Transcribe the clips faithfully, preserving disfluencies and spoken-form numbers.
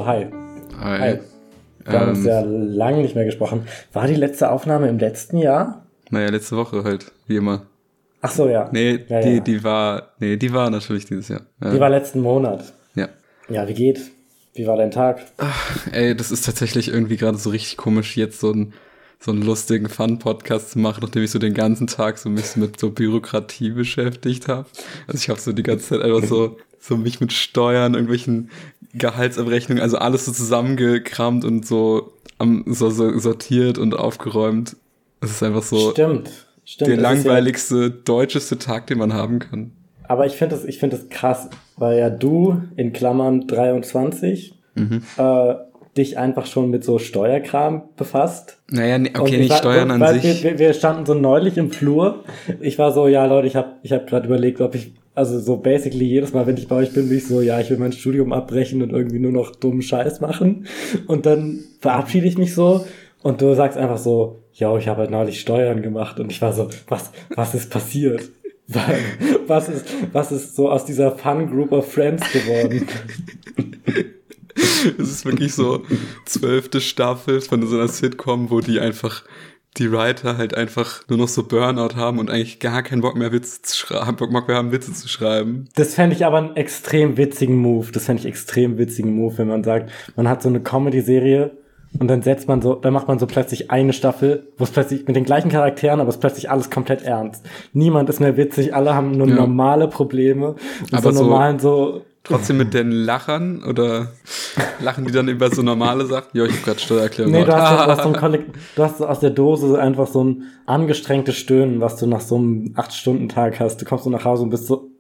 So, hi. Hi. Hi. Wir ähm, haben uns ja lange nicht mehr gesprochen. War die letzte Aufnahme im letzten Jahr? Naja, letzte Woche halt, wie immer. Ach so, ja. Nee, ja, die, ja. die war, nee, die war natürlich dieses Jahr. Ja. Die war letzten Monat. Ja. Ja, wie geht's? Wie war dein Tag? Ach, ey, das ist tatsächlich irgendwie gerade so richtig komisch, jetzt so ein so einen lustigen Fun-Podcast zu machen, nachdem ich so den ganzen Tag so mich mit so Bürokratie beschäftigt habe. Also ich habe so die ganze Zeit einfach so so mich mit Steuern, irgendwelchen Gehaltsabrechnungen, also alles so zusammengekramt und so, um, so, so sortiert und aufgeräumt. Es ist einfach so stimmt, stimmt. der langweiligste, ja deutscheste Tag, den man haben kann. Aber ich finde das, ich finde das krass, weil ja du in Klammern dreiundzwanzig mhm. äh, dich einfach schon mit so Steuerkram befasst. Naja, nee, okay, nicht war, Steuern an weil sich. Wir, wir standen so neulich im Flur. Ich war so, ja Leute, ich habe ich hab gerade überlegt, ob ich, also so basically jedes Mal, wenn ich bei euch bin, bin ich so, ja, ich will mein Studium abbrechen und irgendwie nur noch dummen Scheiß machen. Und dann verabschiede ich mich so und du sagst einfach so, ja, ich habe halt neulich Steuern gemacht. Und ich war so, was, was ist passiert? Was ist, was ist so aus dieser Fun Group of Friends geworden? Es ist wirklich so zwölfte Staffel von so einer Sitcom, wo die einfach, die Writer halt einfach nur noch so Burnout haben und eigentlich gar keinen Bock mehr Witze zu schreiben, Bock mehr haben, Witze zu schreiben. Das fände ich aber einen extrem witzigen Move. Das fände ich extrem witzigen Move, wenn man sagt, man hat so eine Comedy-Serie und dann setzt man so, dann macht man so plötzlich eine Staffel, wo es plötzlich mit den gleichen Charakteren, aber es ist plötzlich alles komplett ernst. Niemand ist mehr witzig, alle haben nur ja. normale Probleme. Und aber so normalen so trotzdem mit den Lachern oder lachen die dann über so normale Sachen? Ja, ich hab grad Steuererklärung Nee, du hast, ah. aus so einem Kollekt- du hast aus der Dose einfach so ein angestrengtes Stöhnen, was du nach so einem acht-Stunden-Tag hast. Du kommst so nach Hause und bist so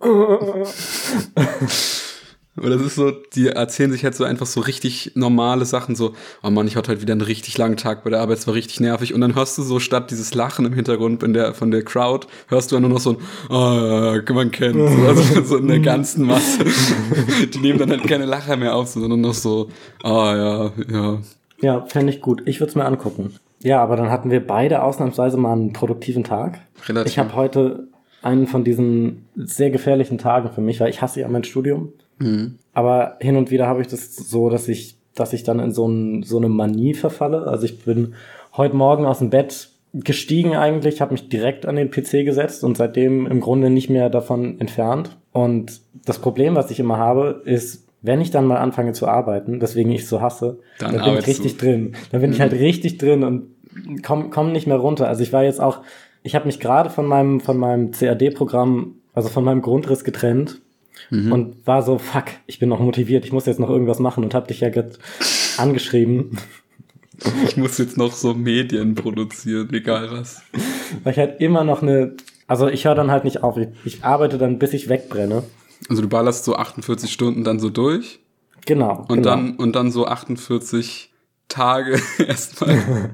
Oder das ist so, die erzählen sich halt so einfach so richtig normale Sachen, so, oh Mann, ich hatte heute wieder einen richtig langen Tag bei der Arbeit, es war richtig nervig. Und dann hörst du so, statt dieses Lachen im Hintergrund in der, von der Crowd, hörst du ja nur noch so ein, oh, man kennt, so, also so in der ganzen Masse. Die nehmen dann halt keine Lacher mehr auf, sondern noch so, ah, oh, ja, ja. Ja, fände ich gut. Ich würde es mir angucken. Ja, aber dann hatten wir beide ausnahmsweise mal einen produktiven Tag. Relativ. Ich habe heute einen von diesen sehr gefährlichen Tagen für mich, weil ich hasse ja mein Studium. Mhm. Aber hin und wieder habe ich das so, dass ich, dass ich dann in so, ein, so eine Manie verfalle. Also ich bin heute Morgen aus dem Bett gestiegen eigentlich, habe mich direkt an den P C gesetzt und seitdem im Grunde nicht mehr davon entfernt. Und das Problem, was ich immer habe, ist, wenn ich dann mal anfange zu arbeiten, deswegen ich so hasse, dann, dann bin ich richtig du. drin. Dann bin mhm. ich halt richtig drin und komm, komm nicht mehr runter. Also ich war jetzt auch, ich habe mich gerade von meinem, von meinem C A D-Programm, also von meinem Grundriss getrennt. Mhm. Und war so, fuck, ich bin noch motiviert, ich muss jetzt noch irgendwas machen und hab dich ja gerade angeschrieben. Ich muss jetzt noch so Medien produzieren, egal was. Weil ich halt immer noch eine, also ich höre dann halt nicht auf, ich, ich arbeite dann, bis ich wegbrenne. Also du ballerst so achtundvierzig Stunden dann so durch? Genau. Und genau. dann und dann so achtundvierzig Tage erstmal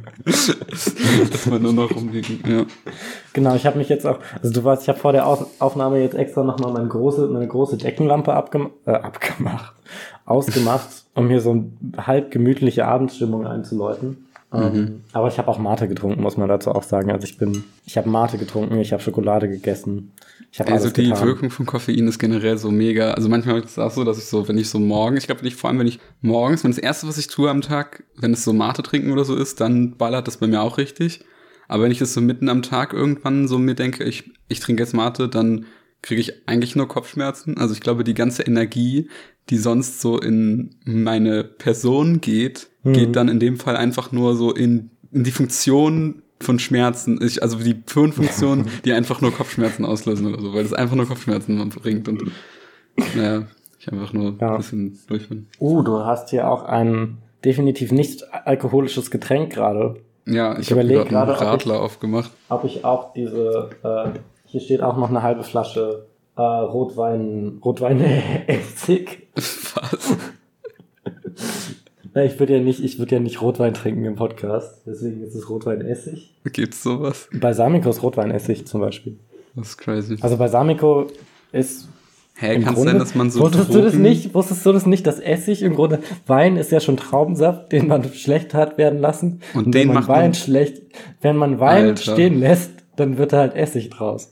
erstmal nur noch rumliegen, ja. Genau, ich habe mich jetzt auch, also du weißt, ich habe vor der Aufnahme jetzt extra nochmal meine große, meine große Deckenlampe abgem- äh, abgemacht, ausgemacht, um hier so eine halb gemütliche Abendstimmung einzuläuten. Mhm. Um, aber ich habe auch Mate getrunken, muss man dazu auch sagen. Also ich bin, ich habe Mate getrunken, ich habe Schokolade gegessen. Ich habe also alles die getan. Wirkung von Koffein ist generell so mega. Also manchmal ist es auch so, dass ich so, wenn ich so morgens, ich glaube nicht, vor allem wenn ich morgens, wenn das erste, was ich tue am Tag, wenn es so Mate trinken oder so ist, dann ballert das bei mir auch richtig. Aber wenn ich das so mitten am Tag irgendwann so mir denke, ich, ich trinke jetzt Mate, dann kriege ich eigentlich nur Kopfschmerzen. Also ich glaube, die ganze Energie, die sonst so in meine Person geht, mhm. geht dann in dem Fall einfach nur so in, in die Funktion von Schmerzen. Ich, also die Hirnfunktion, die einfach nur Kopfschmerzen auslösen oder so, weil das einfach nur Kopfschmerzen bringt und naja, ich einfach nur ja. ein bisschen durch bin. Uh, du hast hier auch ein definitiv nicht alkoholisches Getränk gerade. Ja, ich, ich habe gerade einen Radler ob ich, aufgemacht. Ob ich auch diese, äh, hier steht auch noch eine halbe Flasche äh, Rotwein, Rotwein-Essig. Was? Na, ich würde ja nicht, ich würde ja nicht Rotwein trinken im Podcast, deswegen ist es Rotwein-Essig. Gibt's sowas? Balsamico ist Rotwein-Essig zum Beispiel. Das ist crazy. Also Balsamico ist Hä, kann es sein, dass man so wusstest du das nicht? Wusstest du das nicht, dass Essig im Grunde, Wein ist ja schon Traubensaft, den man schlecht hat werden lassen. Und, und den wenn man macht Wein man schlecht, wenn man Wein Alter. stehen lässt, dann wird da halt Essig draus.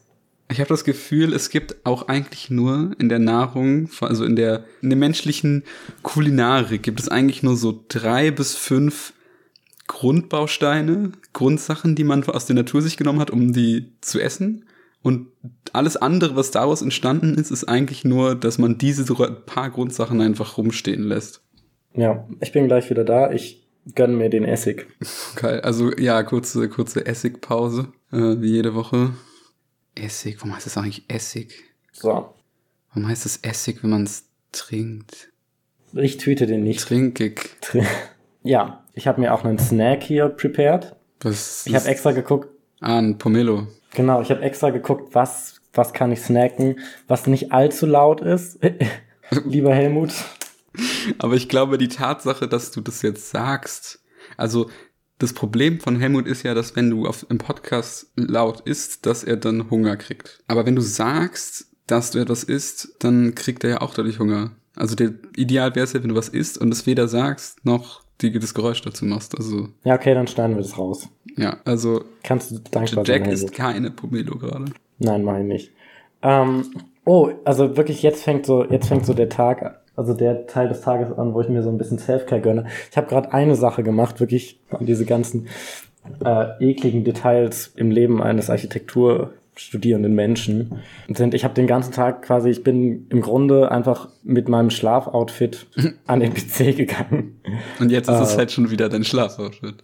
Ich habe das Gefühl, es gibt auch eigentlich nur in der Nahrung, also in der, in der menschlichen Kulinarik, gibt es eigentlich nur so drei bis fünf Grundbausteine, Grundsachen, die man aus der Natur sich genommen hat, um die zu essen. Und alles andere, was daraus entstanden ist, ist eigentlich nur, dass man diese paar Grundsachen einfach rumstehen lässt. Ja, ich bin gleich wieder da. Ich gönne mir den Essig. Geil. Also ja, kurze, kurze Essigpause, äh, wie jede Woche. Essig, warum heißt das eigentlich Essig? So. Warum heißt das Essig, wenn man es trinkt? Ich tweete den nicht. Trinkig. Tr- ja, ich habe mir auch einen Snack hier prepared. Was ich habe extra geguckt. Ah, ein Pomelo. Genau, ich habe extra geguckt, was, was kann ich snacken, was nicht allzu laut ist. Lieber Helmut. Aber ich glaube, die Tatsache, dass du das jetzt sagst, also das Problem von Helmut ist ja, dass wenn du auf, im Podcast laut isst, dass er dann Hunger kriegt. Aber wenn du sagst, dass du etwas isst, dann kriegt er ja auch dadurch Hunger. Also der Ideal wäre es ja, wenn du was isst und es weder sagst, noch die, das Geräusch dazu machst. Also ja, okay, dann schneiden wir das raus. Ja, also kannst du dankbar Jack sein, ist keine Pomelo gerade. Nein, mach ich nicht. Ähm, oh, also wirklich, jetzt fängt so, jetzt fängt so der Tag an. Also der Teil des Tages an, wo ich mir so ein bisschen Selfcare gönne. Ich habe gerade eine Sache gemacht, wirklich diese ganzen äh, ekligen Details im Leben eines Architekturstudierenden Menschen sind. Ich habe den ganzen Tag quasi, ich bin im Grunde einfach mit meinem Schlafoutfit an den P C gegangen. Und jetzt ist äh, es halt schon wieder dein Schlafoutfit.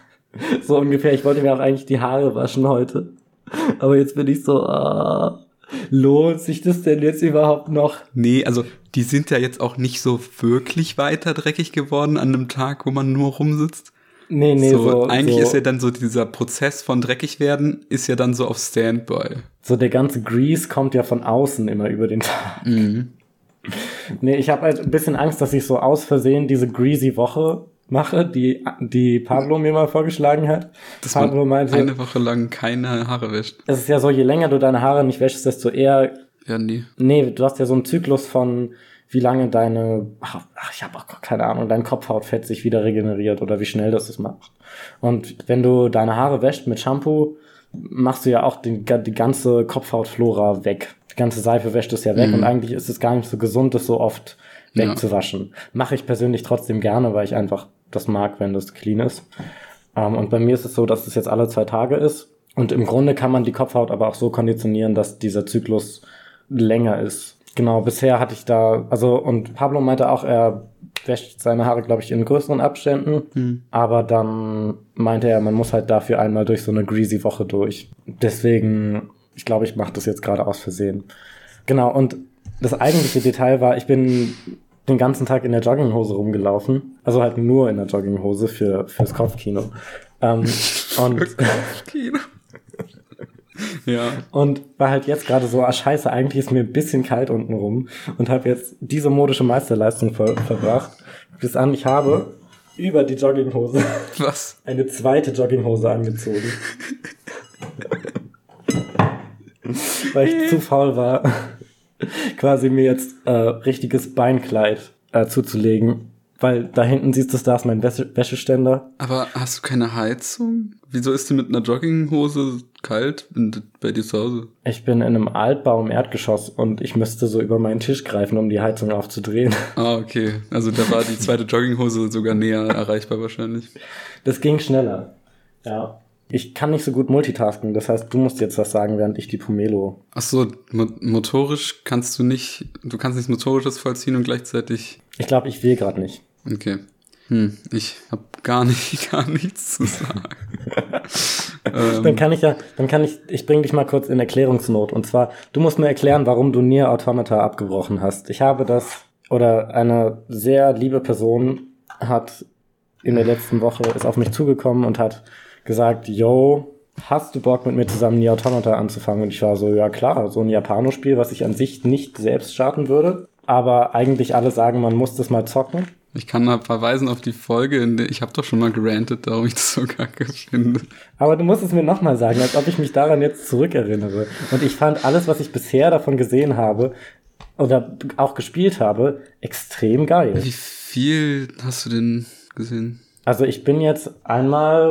So ungefähr. Ich wollte mir auch eigentlich die Haare waschen heute. Aber jetzt bin ich so, ah, lohnt sich das denn jetzt überhaupt noch? Nee, also die sind ja jetzt auch nicht so wirklich weiter dreckig geworden an einem Tag, wo man nur rumsitzt. Nee, nee, so. so Eigentlich so, ist ja dann so dieser Prozess von dreckig werden, ist ja dann so auf Standby. So der ganze Grease kommt ja von außen immer über den Tag. Mhm. Nee, ich habe halt ein bisschen Angst, dass ich so aus Versehen diese greasy Woche mache, die die Pablo mir mal vorgeschlagen hat. Dass Pablo man meinte, eine Woche lang keine Haare wäscht. Es ist ja so, je länger du deine Haare nicht wäschst, desto eher... Ja, nie. Nee, du hast ja so einen Zyklus von, wie lange deine... Ach, ich habe auch keine Ahnung, dein Kopfhautfett sich wieder regeneriert oder wie schnell das es macht. Und wenn du deine Haare wäschst mit Shampoo, machst du ja auch die, die ganze Kopfhautflora weg. Die ganze Seife wäscht es ja weg, mhm. Und eigentlich ist es gar nicht so gesund, das so oft wegzuwaschen. Ja. Mache ich persönlich trotzdem gerne, weil ich einfach das mag, wenn das clean ist. Um, und bei mir ist es so, dass es jetzt alle zwei Tage ist. Und im Grunde kann man die Kopfhaut aber auch so konditionieren, dass dieser Zyklus länger ist. Genau, bisher hatte ich da, also, und Pablo meinte auch, er wäscht seine Haare, glaube ich, in größeren Abständen. Mhm. Aber dann meinte er, man muss halt dafür einmal durch so eine greasy Woche durch. Deswegen, ich glaube, ich mache das jetzt gerade aus Versehen. Genau, und das eigentliche Detail war, ich bin den ganzen Tag in der Jogginghose rumgelaufen. Also halt nur in der Jogginghose für fürs Kopfkino. Ähm, und Kopfkino. Ja. Und war halt jetzt gerade so, ah scheiße, eigentlich ist mir ein bisschen kalt unten rum und habe jetzt diese modische Meisterleistung ver- verbracht. Bis an, ich habe über die Jogginghose Was? eine zweite Jogginghose angezogen. Weil ich zu faul war, quasi mir jetzt äh, richtiges Beinkleid äh, zuzulegen. Weil da hinten siehst du, da ist mein Wäsche- Wäscheständer. Aber hast du keine Heizung? Wieso ist die mit einer Jogginghose kalt bei dir zu Hause? Ich bin in einem Altbau im Erdgeschoss und ich müsste so über meinen Tisch greifen, um die Heizung aufzudrehen. Ah, okay. Also da war die zweite Jogginghose sogar näher erreichbar wahrscheinlich. Das ging schneller. Ja. Ich kann nicht so gut multitasken, das heißt, du musst jetzt was sagen, während ich die Pomelo... Ach so, mo- motorisch kannst du nicht... Du kannst nichts Motorisches vollziehen und gleichzeitig... Ich glaube, ich will gerade nicht. Okay. Hm, ich habe gar nicht, gar nichts zu sagen. ähm. Dann kann ich ja, dann kann ich, ich bringe dich mal kurz in Erklärungsnot. Und zwar, du musst mir erklären, warum du Nier Automata abgebrochen hast. Ich habe das, oder eine sehr liebe Person hat in der letzten Woche, ist auf mich zugekommen und hat gesagt, yo, hast du Bock mit mir zusammen Nier Automata anzufangen? Und ich war so, ja klar, so ein Japano-Spiel, was ich an sich nicht selbst starten würde. Aber eigentlich alle sagen, man muss das mal zocken. Ich kann da verweisen auf die Folge, in der ich habe doch schon mal gerantet, darum ich das so kacke finde. Aber du musst es mir nochmal sagen, als ob ich mich daran jetzt zurückerinnere. Und ich fand alles, was ich bisher davon gesehen habe oder auch gespielt habe, extrem geil. Wie viel hast du denn gesehen? Also ich bin jetzt einmal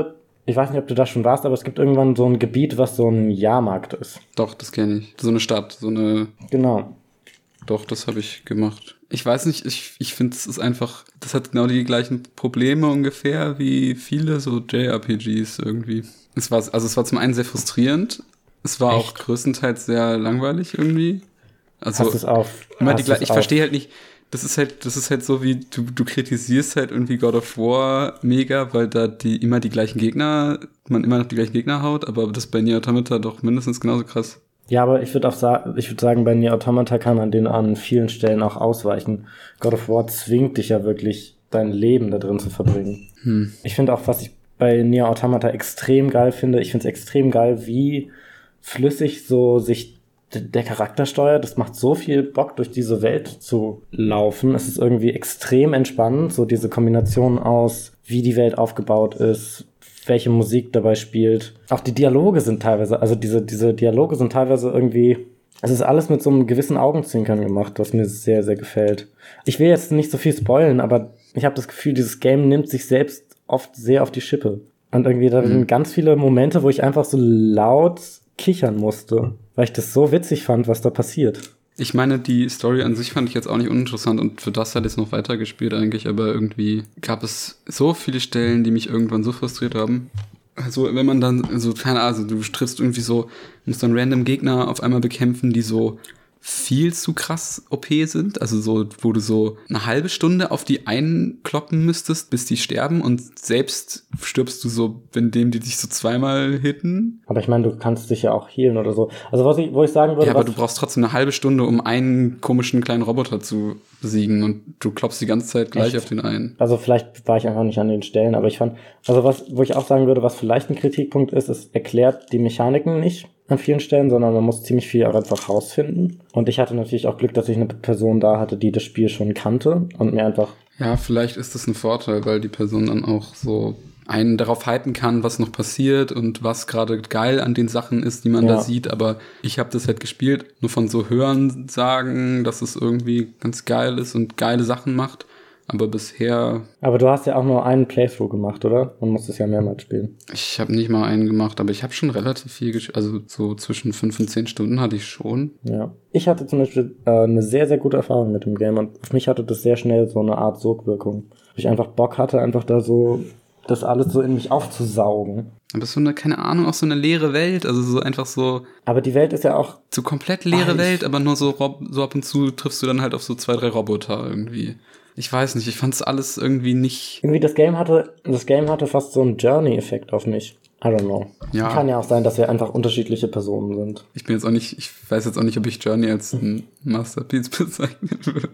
ich weiß nicht, ob du da schon warst, aber es gibt irgendwann so ein Gebiet, was so ein Jahrmarkt ist. Doch, das kenne ich. So eine Stadt, so eine... Genau. Doch, das habe ich gemacht. Ich weiß nicht, ich, ich finde, es ist einfach, das hat genau die gleichen Probleme ungefähr wie viele so J R P Gs irgendwie. Es war, also es war zum einen sehr frustrierend, es war Echt? auch größtenteils sehr langweilig irgendwie. Also hast es auf, immer die gleich, ich verstehe halt nicht, das ist halt, das ist halt so wie, du, du kritisierst halt irgendwie God of War mega, weil da die immer die gleichen Gegner, man immer noch die gleichen Gegner haut, aber das bei Nier Automata doch mindestens genauso krass. Ja, aber ich würde auch sagen, ich würde sagen, bei Nier Automata kann man den an vielen Stellen auch ausweichen. God of War zwingt dich ja wirklich, dein Leben da drin zu verbringen. Hm. Ich finde auch, was ich bei Nier Automata extrem geil finde, ich finde es extrem geil, wie flüssig so sich d- der Charakter steuert. Das macht so viel Bock, durch diese Welt zu laufen. Es ist irgendwie extrem entspannend, so diese Kombination aus, wie die Welt aufgebaut ist, welche Musik dabei spielt. Auch die Dialoge sind teilweise, also diese, diese Dialoge sind teilweise irgendwie, es ist alles mit so einem gewissen Augenzwinkern gemacht, was mir sehr, sehr gefällt. Ich will jetzt nicht so viel spoilen, aber ich habe das Gefühl, dieses Game nimmt sich selbst oft sehr auf die Schippe. Und irgendwie da mhm. sind ganz viele Momente, wo ich einfach so laut kichern musste, weil ich das so witzig fand, was da passiert. Ich meine, die Story an sich fand ich jetzt auch nicht uninteressant und für das hätte ich es noch weitergespielt eigentlich, aber irgendwie gab es so viele Stellen, die mich irgendwann so frustriert haben. Also wenn man dann, also keine Ahnung, also du triffst irgendwie so, musst dann random Gegner auf einmal bekämpfen, die so viel zu krass O P sind, also so, wo du so eine halbe Stunde auf die einkloppen müsstest, bis die sterben und selbst stirbst du so, indem die dich so zweimal hitten. Aber ich meine, du kannst dich ja auch healen oder so. Also was ich, wo ich sagen würde... Ja, aber du brauchst trotzdem eine halbe Stunde, um einen komischen kleinen Roboter zu besiegen und du klopfst die ganze Zeit gleich Echt? auf den einen. Also vielleicht war ich einfach nicht an den Stellen, aber ich fand, also was, wo ich auch sagen würde, was vielleicht ein Kritikpunkt ist, es erklärt die Mechaniken nicht an vielen Stellen, sondern man muss ziemlich viel auch einfach rausfinden. Und ich hatte natürlich auch Glück, dass ich eine Person da hatte, die das Spiel schon kannte und mir einfach... Ja, vielleicht ist das ein Vorteil, weil die Person dann auch so einen darauf hypen kann, was noch passiert und was gerade geil an den Sachen ist, die man ja. da sieht. Aber ich habe das halt gespielt, nur von so Hören sagen, dass es irgendwie ganz geil ist und geile Sachen macht. Aber bisher... Aber du hast ja auch nur einen Playthrough gemacht, oder? Man muss es ja mehrmals spielen. Ich habe nicht mal einen gemacht, aber ich habe schon relativ viel gespielt. Also so zwischen fünf und zehn Stunden hatte ich schon. Ja. Ich hatte zum Beispiel äh, eine sehr, sehr gute Erfahrung mit dem Game. Und auf mich hatte das sehr schnell so eine Art Sogwirkung. Ich einfach Bock hatte, einfach da so das alles so in mich aufzusaugen. Aber so eine, keine Ahnung, auch so eine leere Welt. Also so einfach so... Aber die Welt ist ja auch... So komplett leere Ach, Welt, aber nur so, Rob- so ab und zu triffst du dann halt auf so zwei, drei Roboter irgendwie. Ich weiß nicht, ich fand es alles irgendwie nicht... Irgendwie das Game hatte, das Game hatte fast so einen Journey-Effekt auf mich. I don't know. Ja. Kann ja auch sein, dass wir einfach unterschiedliche Personen sind. Ich bin jetzt auch nicht, ich weiß jetzt auch nicht, ob ich Journey als ein Masterpiece bezeichnen würde.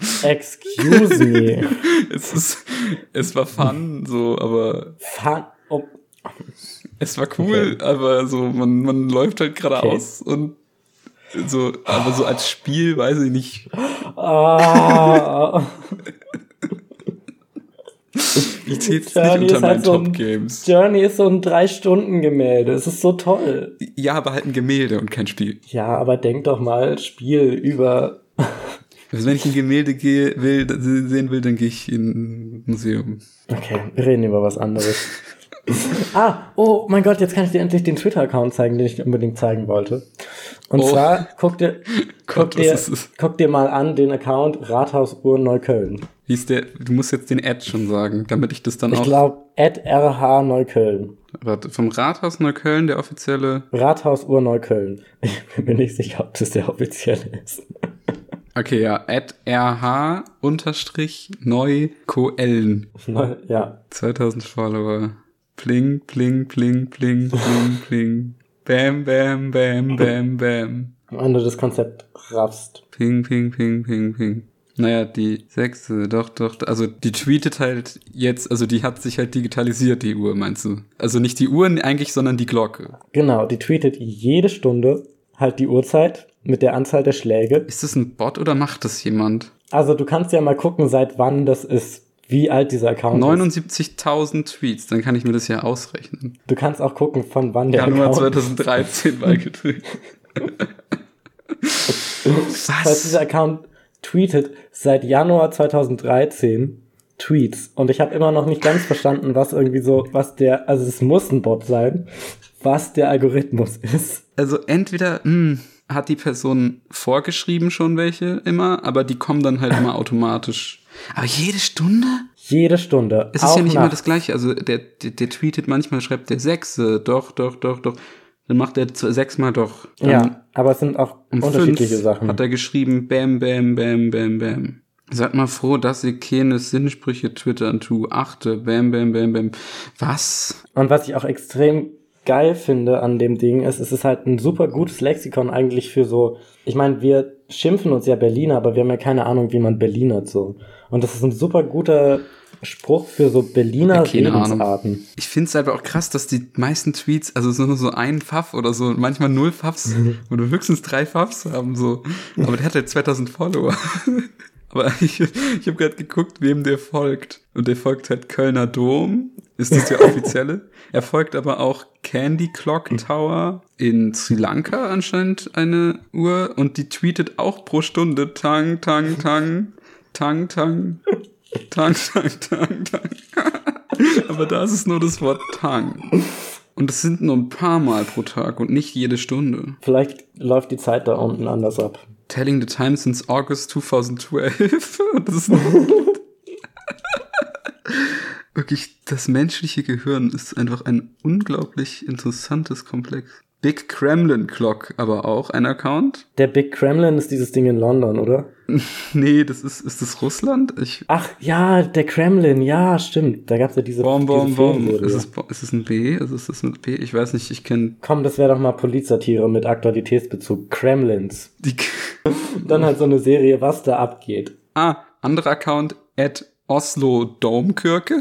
Excuse me. es ist, es war fun, so, aber... Fun? Oh. Es war cool, okay. aber so, man, man läuft halt geradeaus okay. und so, aber so als Spiel weiß ich nicht. Ah. Ich zähle es nicht unter meinen halt so Top-Games. Journey ist so ein Drei-Stunden-Gemälde. Es ist so toll. Ja, aber halt ein Gemälde und kein Spiel. Ja, aber denk doch mal, Spiel über... Also wenn ich ein Gemälde gehe, will, sehen will, dann gehe ich in ein Museum. Okay, wir reden über was anderes. ah, oh mein Gott, jetzt kann ich dir endlich den Twitter-Account zeigen, den ich unbedingt zeigen wollte. Und oh. zwar, guck dir, guck, Gott, dir, guck dir mal an den Account Rathausuhr Neukölln. Wie ist der, du musst jetzt den Ad schon sagen, damit ich das dann ich auch... Ich glaube, Ad R H Neukölln. Warte, vom Rathaus Neukölln, der offizielle... Rathausuhr Neukölln. Ich bin mir nicht sicher, ob das der offizielle ist. Okay, ja, at rh unterstrich Neukölln. Ja. zweitausend Follower. Pling, pling, pling, pling, pling, pling. Bam, bam, bam, bam, bam. Wenn du das Konzept raffst. Ping, ping, ping, ping, ping. Naja, die sechste, doch, doch, also die tweetet halt jetzt, also die hat sich halt digitalisiert, die Uhr, meinst du? Also nicht die Uhren eigentlich, sondern die Glocke. Genau, die tweetet jede Stunde halt die Uhrzeit mit der Anzahl der Schläge. Ist das ein Bot oder macht das jemand? Also du kannst ja mal gucken, seit wann das ist. Wie alt dieser Account neunundsiebzigtausend ist. Tweets, dann kann ich mir das ja ausrechnen. Du kannst auch gucken, von wann der Januar Account zweitausenddreizehn beigetragen. Was? Das heißt, dieser Account tweetet seit Januar zweitausenddreizehn Tweets. Und ich habe immer noch nicht ganz verstanden, was irgendwie so, was der, also es muss ein Bot sein, was der Algorithmus ist. Also entweder mh, hat die Person vorgeschrieben schon welche immer, aber die kommen dann halt immer automatisch. Aber jede Stunde? Jede Stunde. Es ist ja nicht nachts. Immer das Gleiche. Also der, der, der tweetet manchmal, schreibt der Sechse, doch, doch, doch, doch. Dann macht er sechsmal doch. Dann ja, aber es sind auch um unterschiedliche Sachen. Hat er geschrieben, bam, bam, bam, bam, bam. Seid mal froh, dass ihr keine Sinnsprüche twittern tu. Achte, bam, bam, bam, bam. Was? Und was ich auch extrem geil finde an dem Ding ist, es ist halt ein super gutes Lexikon eigentlich für so, ich meine, wir schimpfen uns ja Berliner, aber wir haben ja keine Ahnung, wie man Berlinert so. Und das ist ein super guter Spruch für so Berliner ja, Redensarten. Ahnung. Ich finde es aber auch krass, dass die meisten Tweets, also so nur so ein Pfaff oder so, manchmal null Pfaffs oder höchstens drei Pfaffs haben so. Aber der hat halt zweitausend Follower. Aber ich, ich habe gerade geguckt, wem der folgt. Und der folgt halt Kölner Dom. Ist das der offizielle? Er folgt aber auch Candy Clock Tower in Sri Lanka anscheinend eine Uhr. Und die tweetet auch pro Stunde Tang, Tang, Tang, Tang, Tang, Tang, Tang, Tang, Tang. Aber da ist es nur das Wort Tang. Und es sind nur ein paar Mal pro Tag und nicht jede Stunde. Vielleicht läuft die Zeit da unten anders ab. Telling the time since August twenty twelve. Das ist wirklich, das menschliche Gehirn ist einfach ein unglaublich interessantes Komplex. Big Kremlin Clock aber auch ein Account. Der Big Kremlin ist dieses Ding in London, oder? Nee, das ist, ist das Russland? Ich Ach, ja, der Kremlin, ja, stimmt. Da gab's ja diese Bom, bom, bom. Ist es, ist es ein B? Also ist es mit B? Ich weiß nicht, ich kenne... Komm, das wäre doch mal Polizsatire mit Aktualitätsbezug. Kremlins. Die Dann halt so eine Serie, was da abgeht. Ah, anderer Account, at Oslo Domkirke.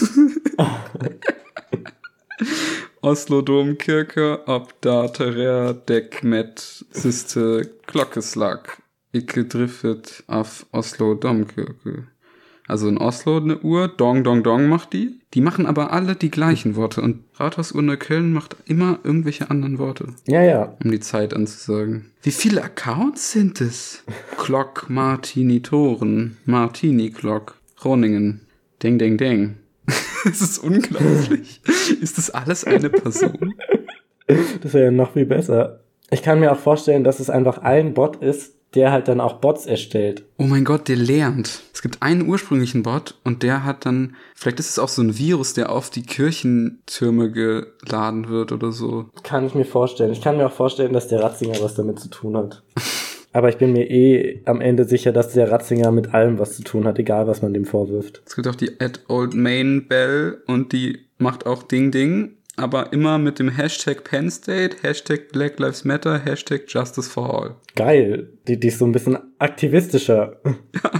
Oslo Domkirke, Abdaterer Dekmet Siste Klokkeslag. Ikke driffet auf Oslo Domkirke. Also in Oslo eine Uhr, Dong Dong Dong macht die. Die machen aber alle die gleichen Worte. Und Rathausuhr Neukölln macht immer irgendwelche anderen Worte. Ja, ja. Um die Zeit anzusagen. Wie viele Accounts sind es? Glock, Martini Toren, Martini Glock, Groningen, Deng Deng Deng. Das ist unglaublich. Ist das alles eine Person? Das wäre ja noch viel besser. Ich kann mir auch vorstellen, dass es einfach ein Bot ist, der halt dann auch Bots erstellt. Oh mein Gott, der lernt. Es gibt einen ursprünglichen Bot und der hat dann, vielleicht ist es auch so ein Virus, der auf die Kirchentürme geladen wird oder so. Kann ich mir vorstellen. Ich kann mir auch vorstellen, dass der Ratzinger was damit zu tun hat. Aber ich bin mir eh am Ende sicher, dass der Ratzinger mit allem was zu tun hat, egal was man dem vorwirft. Es gibt auch die at Old Main Bell und die macht auch Ding Ding, aber immer mit dem Hashtag Penn State, Hashtag Black Lives Matter, Hashtag Justice for All. Geil. Die, die ist so ein bisschen aktivistischer. Ja.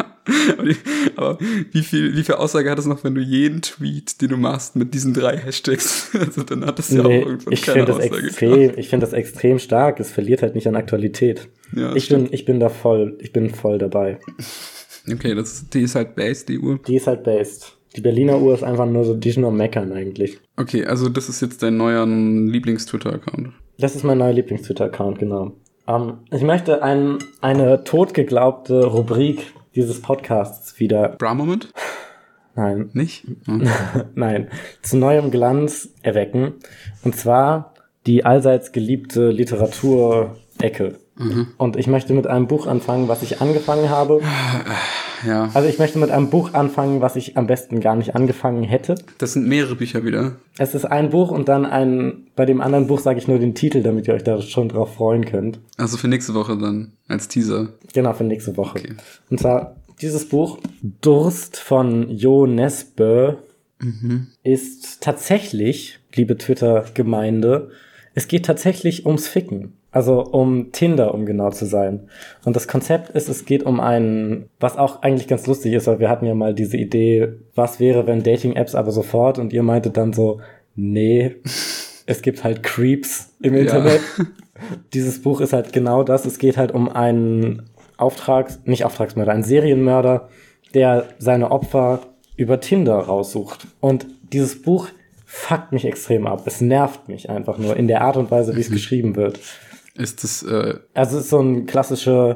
Aber wie viel, wie viel Aussage hat es noch, wenn du jeden Tweet, den du machst, mit diesen drei Hashtags, also dann hat es ja nee, auch irgendwann ich keine das Aussage extrem, Ich finde das extrem stark. Es verliert halt nicht an Aktualität. Ja, ich bin, ich bin da voll, ich bin voll dabei. Okay, das, die ist halt based, die Uhr. Die ist halt based. Die Berliner Uhr ist einfach nur so, die ist nur meckern eigentlich. Okay, also das ist jetzt dein neuer Lieblings-Twitter-Account. Das ist mein neuer Lieblings-Twitter-Account, genau. Um, ich möchte ein, eine totgeglaubte Rubrik dieses Podcasts wieder... Bra-Moment? Nein. Nicht? Oh. Nein. Zu neuem Glanz erwecken. Und zwar die allseits geliebte Literatur-Ecke. Mhm. Und ich möchte mit einem Buch anfangen, was ich angefangen habe. Ja. Also ich möchte mit einem Buch anfangen, was ich am besten gar nicht angefangen hätte. Das sind mehrere Bücher wieder. Es ist ein Buch und dann ein, bei dem anderen Buch sage ich nur den Titel, damit ihr euch da schon drauf freuen könnt. Also für nächste Woche dann, als Teaser. Genau, für nächste Woche. Okay. Und zwar dieses Buch, Durst von Jo Nesbø, mhm. ist tatsächlich, liebe Twitter-Gemeinde, es geht tatsächlich ums Ficken. Also um Tinder, um genau zu sein. Und das Konzept ist, es geht um einen, was auch eigentlich ganz lustig ist, weil wir hatten ja mal diese Idee, was wäre, wenn Dating-Apps aber sofort, und ihr meintet dann so, nee, es gibt halt Creeps im Internet. Ja. Dieses Buch ist halt genau das, es geht halt um einen Auftrags-, nicht Auftragsmörder, einen Serienmörder, der seine Opfer über Tinder raussucht. Und dieses Buch fuckt mich extrem ab. Es nervt mich einfach nur in der Art und Weise, wie es geschrieben wird. Ist das, äh... Also es ist so ein klassischer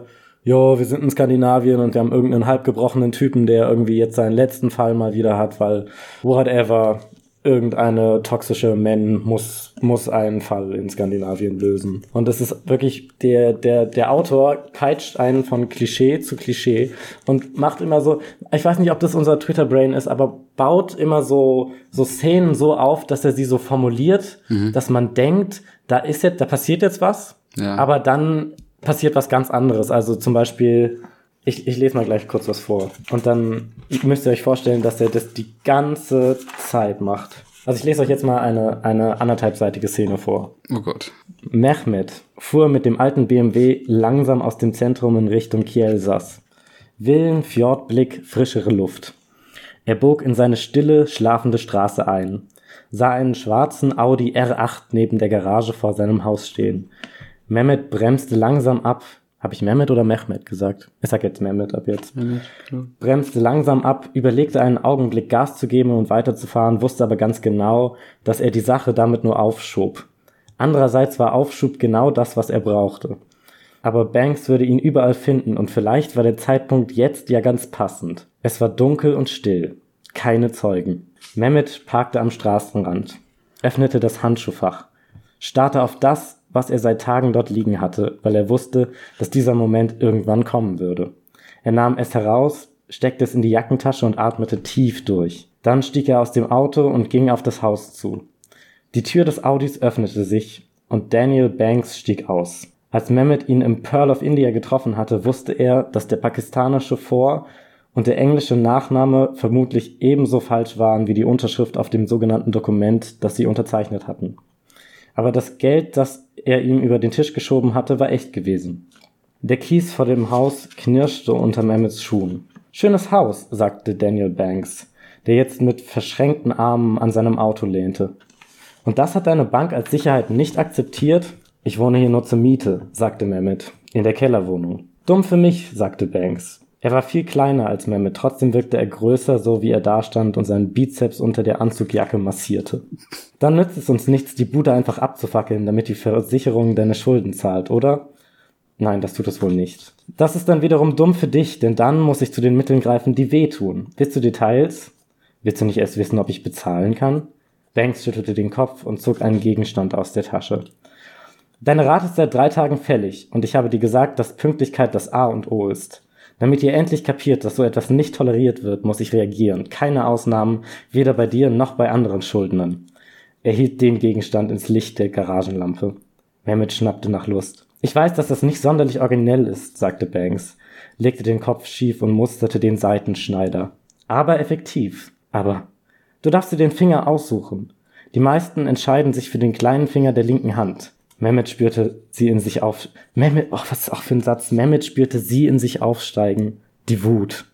jo, wir sind in Skandinavien und wir haben irgendeinen halbgebrochenen Typen, der irgendwie jetzt seinen letzten Fall mal wieder hat, weil whatever, irgendeine toxische Man muss, muss einen Fall in Skandinavien lösen. Und das ist wirklich, der, der, der Autor peitscht einen von Klischee zu Klischee und macht immer so, ich weiß nicht, ob das unser Twitter-Brain ist, aber baut immer so, so Szenen so auf, dass er sie so formuliert, mhm. dass man denkt, da ist jetzt, da passiert jetzt was, ja. aber dann passiert was ganz anderes. Also zum Beispiel, ich, ich lese mal gleich kurz was vor. Und dann müsst ihr euch vorstellen, dass er das die ganze Zeit macht. Also ich lese euch jetzt mal eine, eine anderthalbseitige Szene vor. Oh Gott. Mehmet fuhr mit dem alten B M W langsam aus dem Zentrum in Richtung Kielsass. Villen, Fjordblick, frischere Luft. Er bog in seine stille, schlafende Straße ein, sah einen schwarzen Audi R acht neben der Garage vor seinem Haus stehen. Mehmet bremste langsam ab. Habe ich Mehmet oder Mehmet gesagt? Ich sag jetzt Mehmet ab jetzt. Mehmet, klar. Bremste langsam ab, überlegte einen Augenblick Gas zu geben und weiterzufahren, wusste aber ganz genau, dass er die Sache damit nur aufschob. Andererseits war Aufschub genau das, was er brauchte. Aber Banks würde ihn überall finden und vielleicht war der Zeitpunkt jetzt ja ganz passend. Es war dunkel und still. Keine Zeugen. Mehmet parkte am Straßenrand, öffnete das Handschuhfach, starrte auf das, was er seit Tagen dort liegen hatte, weil er wusste, dass dieser Moment irgendwann kommen würde. Er nahm es heraus, steckte es in die Jackentasche und atmete tief durch. Dann stieg er aus dem Auto und ging auf das Haus zu. Die Tür des Audis öffnete sich und Daniel Banks stieg aus. Als Mehmet ihn im Pearl of India getroffen hatte, wusste er, dass der pakistanische Vor- und der englische Nachname vermutlich ebenso falsch waren wie die Unterschrift auf dem sogenannten Dokument, das sie unterzeichnet hatten. Aber das Geld, das er ihm über den Tisch geschoben hatte, war echt gewesen. Der Kies vor dem Haus knirschte unter Mehmets Schuhen. »Schönes Haus«, sagte Daniel Banks, der jetzt mit verschränkten Armen an seinem Auto lehnte. »Und das hat deine Bank als Sicherheit nicht akzeptiert?« »Ich wohne hier nur zur Miete«, sagte Mehmet, »in der Kellerwohnung.« »Dumm für mich«, sagte Banks. Er war viel kleiner als Mehmet, trotzdem wirkte er größer, so wie er dastand und seinen Bizeps unter der Anzugjacke massierte. »Dann nützt es uns nichts, die Bude einfach abzufackeln, damit die Versicherung deine Schulden zahlt, oder?« »Nein, das tut es wohl nicht.« »Das ist dann wiederum dumm für dich, denn dann muss ich zu den Mitteln greifen, die wehtun. Willst du Details?« »Willst du nicht erst wissen, ob ich bezahlen kann?« Banks schüttelte den Kopf und zog einen Gegenstand aus der Tasche. »Deine Rate ist seit drei Tagen fällig und ich habe dir gesagt, dass Pünktlichkeit das A und O ist. Damit ihr endlich kapiert, dass so etwas nicht toleriert wird, muss ich reagieren. Keine Ausnahmen, weder bei dir noch bei anderen Schuldnern.« Er hielt den Gegenstand ins Licht der Garagenlampe. Mehmet schnappte nach Lust. »Ich weiß, dass das nicht sonderlich originell ist«, sagte Banks, legte den Kopf schief und musterte den Seitenschneider. »Aber effektiv. Aber du darfst dir den Finger aussuchen. Die meisten entscheiden sich für den kleinen Finger der linken Hand.« Mehmet spürte sie in sich auf... Mehmet, oh, was ist auch für ein Satz? Mehmet spürte sie in sich aufsteigen. Die Wut.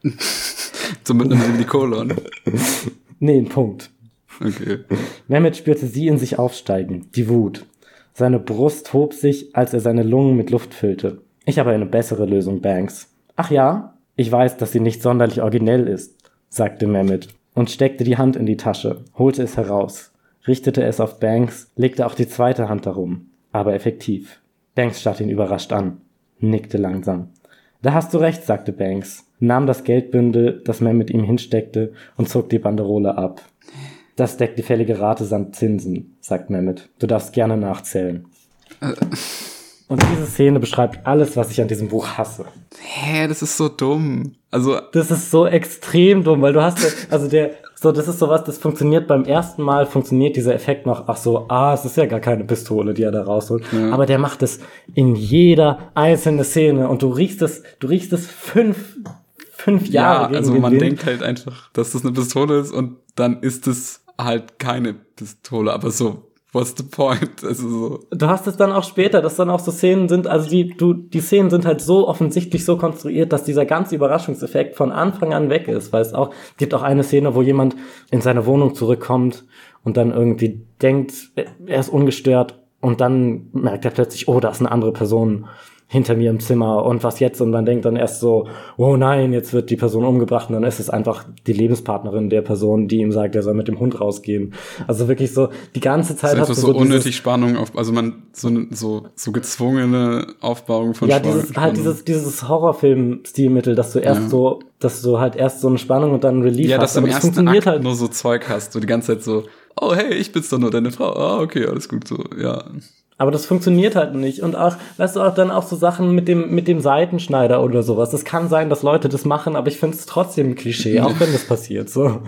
So mit einem Semikolon. Nee, ein Punkt. Okay. Mehmet spürte sie in sich aufsteigen. Die Wut. Seine Brust hob sich, als er seine Lungen mit Luft füllte. »Ich habe eine bessere Lösung, Banks.« »Ach ja? Ich weiß, dass sie nicht sonderlich originell ist«, sagte Mehmet und steckte die Hand in die Tasche, holte es heraus, richtete es auf Banks, legte auch die zweite Hand darum. Aber effektiv. Banks starrte ihn überrascht an, nickte langsam. »Da hast du recht«, sagte Banks, nahm das Geldbündel, das Mehmet ihm hinsteckte, und zog die Banderole ab. »Das deckt die fällige Rate samt Zinsen«, sagt Mehmet. »Du darfst gerne nachzählen.« Äh. Und diese Szene beschreibt alles, was ich an diesem Buch hasse. Hä, das ist so dumm. Also das ist so extrem dumm, weil du hast, also der, so, das ist sowas, das funktioniert beim ersten Mal, funktioniert dieser Effekt noch, ach so, ah, es ist ja gar keine Pistole, die er da rausholt. Ja. Aber der macht es in jeder einzelnen Szene und du riechst es, du riechst es fünf, fünf Jahre. Ja, gegen also man Wind. Denkt halt einfach, dass das eine Pistole ist und dann ist es halt keine Pistole, aber so, what's the point? Also so. Du hast es dann auch später, dass dann auch so Szenen sind, also die, du, die Szenen sind halt so offensichtlich so konstruiert, dass dieser ganze Überraschungseffekt von Anfang an weg ist, weil es auch, gibt auch eine Szene, wo jemand in seine Wohnung zurückkommt und dann irgendwie denkt, er ist ungestört und dann merkt er plötzlich, oh, da ist eine andere Person hinter mir im Zimmer und was jetzt? Und man denkt dann erst so, oh nein, jetzt wird die Person umgebracht und dann ist es einfach die Lebenspartnerin der Person, die ihm sagt, er soll mit dem Hund rausgehen. Also wirklich so, die ganze Zeit hast du so, so unnötig Spannung auf, also man, so, so, so gezwungene Aufbauung von ja, Spannung. Ja, dieses, halt dieses, dieses Horrorfilm-Stilmittel, dass du erst ja. so, dass du halt erst so eine Spannung und dann ein Relief ja, hast. Ja, dass du im ersten funktioniert Akt halt nur so Zeug hast, so die ganze Zeit so, oh hey, ich bin's doch nur deine Frau, ah, okay, alles gut, so, ja. Aber das funktioniert halt nicht. Und auch, weißt du, auch dann auch so Sachen mit dem, mit dem Seitenschneider oder sowas. Es kann sein, dass Leute das machen, aber ich finde es trotzdem ein Klischee, auch wenn das passiert, so.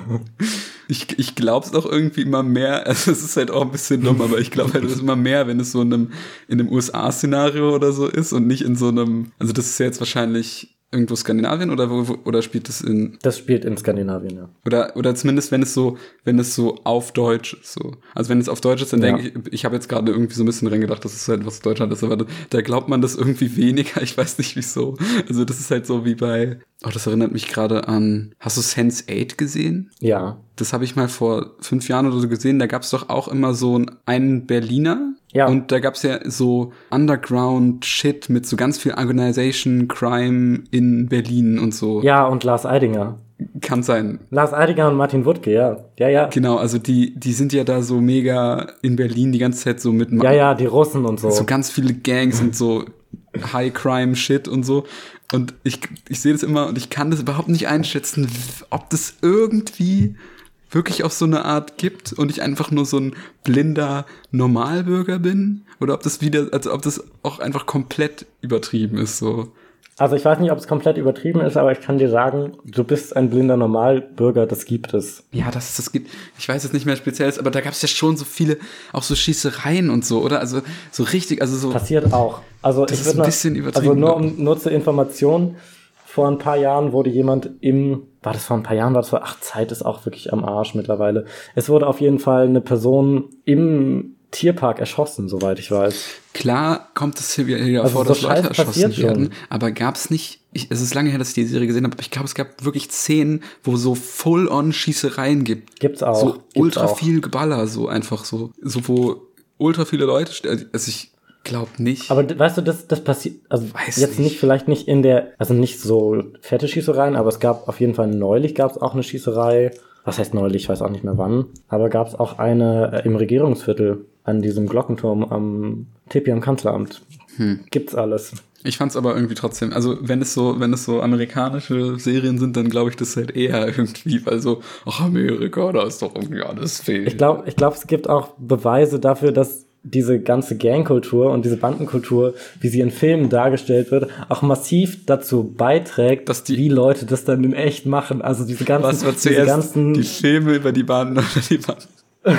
Ich, ich glaube es auch irgendwie immer mehr, also es ist halt auch ein bisschen dumm, aber ich glaube halt, es ist immer mehr, wenn es so in einem, in einem U S A-Szenario oder so ist und nicht in so einem, also das ist ja jetzt wahrscheinlich irgendwo Skandinavien oder wo, oder spielt das in? Das spielt in Skandinavien, ja. Oder oder zumindest wenn es so, wenn es so auf Deutsch ist, so. Also wenn es auf Deutsch ist, dann ja. denke ich, ich habe jetzt gerade irgendwie so ein bisschen dran gedacht, dass es halt was Deutschland ist, aber da, da glaubt man das irgendwie weniger, ich weiß nicht wieso. Also das ist halt so wie bei, oh, das erinnert mich gerade an, hast du Sense eight gesehen? Ja. Das habe ich mal vor fünf Jahren oder so gesehen, da gab es doch auch immer so einen Berliner. Ja. Und da gab's ja so Underground-Shit mit so ganz viel Organization, Crime in Berlin und so. Ja, und Lars Eidinger. Kann sein. Lars Eidinger und Martin Wuttke, ja. Ja, ja. Genau, also die die sind ja da so mega in Berlin die ganze Zeit so mit... Ja, ja, die Russen und so. So ganz viele Gangs und so High-Crime-Shit und so. Und ich, ich sehe das immer und ich kann das überhaupt nicht einschätzen, ob das irgendwie wirklich auf so eine Art gibt und ich einfach nur so ein blinder Normalbürger bin oder ob das wieder, also ob das auch einfach komplett übertrieben ist, so. Also ich weiß nicht, ob es komplett übertrieben ist, aber ich kann dir sagen, du bist ein blinder Normalbürger, das gibt es. Ja, dass es das gibt. Ich weiß jetzt nicht mehr speziell, aber da gab es ja schon so viele, auch so Schießereien und so, oder? Also so richtig, also so. Passiert auch. Also das ich ist ein noch, bisschen übertrieben. Also nur, um, nur zur Information, vor ein paar Jahren wurde jemand im, war das vor ein paar Jahren, war das vor, ach, Zeit ist auch wirklich am Arsch mittlerweile. Es wurde auf jeden Fall eine Person im Tierpark erschossen, soweit ich weiß. Klar kommt es hier wieder also vor, so dass Leute erschossen werden, aber gab es nicht, ich, es ist lange her, dass ich die Serie gesehen habe, aber ich glaube, es gab wirklich Szenen, wo so Full-on-Schießereien gibt. Gibt's auch. So Gibt's ultra auch. viel Geballer, so einfach so, so wo ultra viele Leute, also ich glaub nicht. Aber weißt du, das, das passiert, also Weiß jetzt nicht. nicht, vielleicht nicht in der, also nicht so fette Schießereien, aber es gab auf jeden Fall neulich gab es auch eine Schießerei. Was heißt neulich? Ich weiß auch nicht mehr wann. Aber gab es auch eine äh, im Regierungsviertel an diesem Glockenturm am Tipi am Kanzleramt. Hm. Gibt's alles. Ich fand's aber irgendwie trotzdem, also wenn es so, wenn es so amerikanische Serien sind, dann glaube ich das halt eher irgendwie, weil so, ach Amerika, da ist doch irgendwie alles fehl. Ich glaube, ich glaube, es gibt auch Beweise dafür, dass diese ganze Gangkultur und diese Bandenkultur, wie sie in Filmen dargestellt wird, auch massiv dazu beiträgt, dass die, wie Leute das dann in echt machen. Also diese ganzen, was war diese zuerst ganzen, die Filme über die Banden oder die Banden?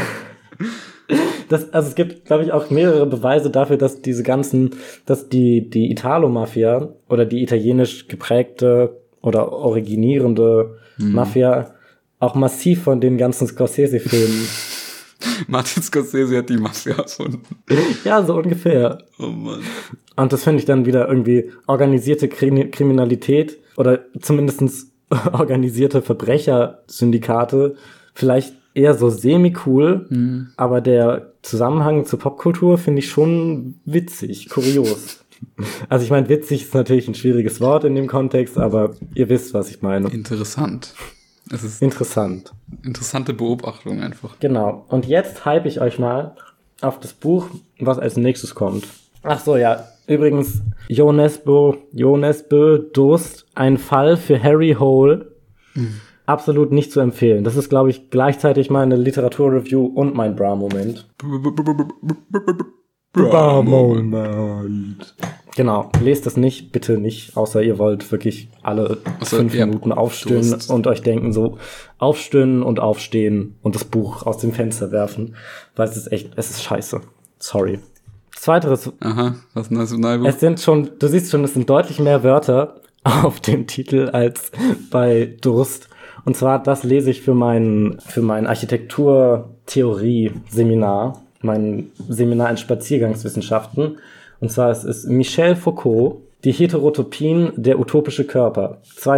Das, also es gibt, glaube ich, auch mehrere Beweise dafür, dass diese ganzen, dass die, die Italo-Mafia oder die italienisch geprägte oder originierende hm. Mafia auch massiv von den ganzen Scorsese-Filmen. Martin Scorsese hat die Mafia erfunden. Ja, so ungefähr. Oh Mann. Und das finde ich dann wieder irgendwie organisierte Krim- Kriminalität oder zumindestens organisierte Verbrechersyndikate vielleicht eher so semi-cool, mhm. aber der Zusammenhang zur Popkultur finde ich schon witzig, kurios. Also ich meine, witzig ist natürlich ein schwieriges Wort in dem Kontext, aber ihr wisst, was ich meine. Interessant. Es ist interessant. Interessante Beobachtung einfach. Genau. Und jetzt hype ich euch mal auf das Buch, was als nächstes kommt. Ach so, ja. Übrigens, Jo Nesbø, Jo Nesbø, Durst, ein Fall für Harry Hole. Mhm. Absolut nicht zu empfehlen. Das ist, glaube ich, gleichzeitig meine Literaturreview und mein Bra-Moment. Bra-Moment. Genau, lest das nicht, bitte nicht, außer ihr wollt wirklich alle also, fünf ja, Minuten aufstehen und euch denken so, aufstöhnen und aufstehen und das Buch aus dem Fenster werfen, weil es ist echt, es ist scheiße. Sorry. Zweiteres. Aha, was ein Nationalbuch. Es sind schon, du siehst schon, es sind deutlich mehr Wörter auf dem Titel als bei Durst. Und zwar, das lese ich für mein, für mein Architekturtheorie-Seminar, mein Seminar in Spaziergangswissenschaften. Und zwar, es ist Michel Foucault, die Heterotopien, der utopische Körper. Zwei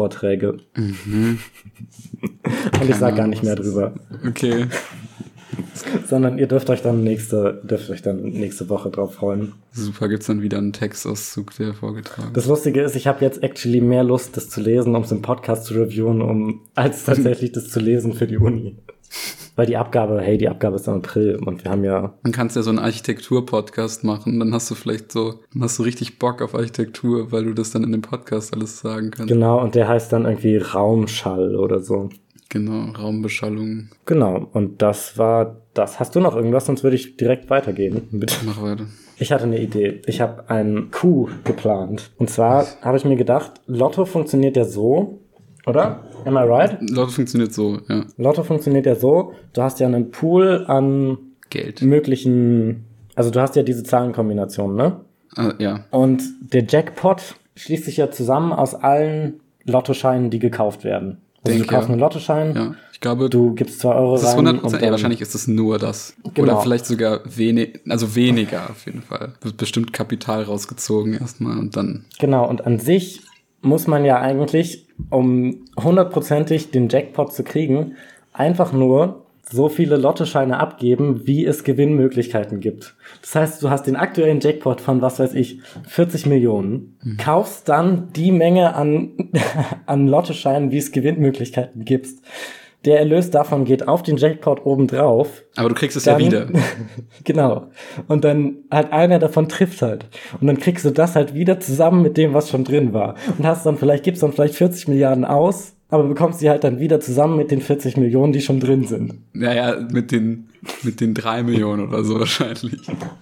Radiovorträge. Mhm. Und ich sage gar nicht mehr drüber. Okay. sondern ihr dürft euch dann nächste, dürft euch dann nächste Woche drauf freuen. Super, gibt's dann wieder einen Textauszug, der vorgetragen wird. Das Lustige ist, ich habe jetzt actually mehr Lust, das zu lesen, um es im Podcast zu reviewen, um als tatsächlich das zu lesen für die Uni. Weil die Abgabe, hey, die Abgabe ist im April und wir haben ja... Dann kannst du ja so einen Architektur-Podcast machen, dann hast du vielleicht so, dann hast du richtig Bock auf Architektur, weil du das dann in dem Podcast alles sagen kannst. Genau, und der heißt dann irgendwie Raumschall oder so. Genau, Raumbeschallung. Genau, und das war das. Hast du noch irgendwas? Sonst würde ich direkt weitergehen. Bitte. Mach weiter. Ich hatte eine Idee. Ich habe einen Coup geplant. Und zwar habe ich mir gedacht, Lotto funktioniert ja so, oder? Am I right? Lotto funktioniert so, ja. Lotto funktioniert ja so, du hast ja einen Pool an Geld. Möglichen, also du hast ja diese Zahlenkombinationen, ne? Ah, ja. Und der Jackpot schließt sich ja zusammen aus allen Lottoscheinen, die gekauft werden. Also Denk, du kaufst ja. einen Lottoschein, Ja, ich glaube, du gibst zwei Euro das ist rein. hundert Prozent, und ja, dann, wahrscheinlich ist es nur das. Genau. Oder vielleicht sogar wenig, also weniger auf jeden Fall. Wird bestimmt Kapital rausgezogen erstmal und dann. Genau, und an sich muss man ja eigentlich, um hundertprozentig den Jackpot zu kriegen, einfach nur so viele Lottoscheine abgeben, wie es Gewinnmöglichkeiten gibt. Das heißt, du hast den aktuellen Jackpot von, was weiß ich, vierzig Millionen, mhm. kaufst dann die Menge an, an Lottoscheinen, wie es Gewinnmöglichkeiten gibt. Der Erlös davon geht auf den Jackpot obendrauf. Aber du kriegst es dann, ja wieder. Genau. Und dann halt einer davon trifft halt. Und dann kriegst du das halt wieder zusammen mit dem, was schon drin war. Und hast dann vielleicht, gibst dann vielleicht vierzig Milliarden aus, aber bekommst die halt dann wieder zusammen mit den vierzig Millionen, die schon drin sind. Naja, mit den, mit den drei Millionen oder so wahrscheinlich.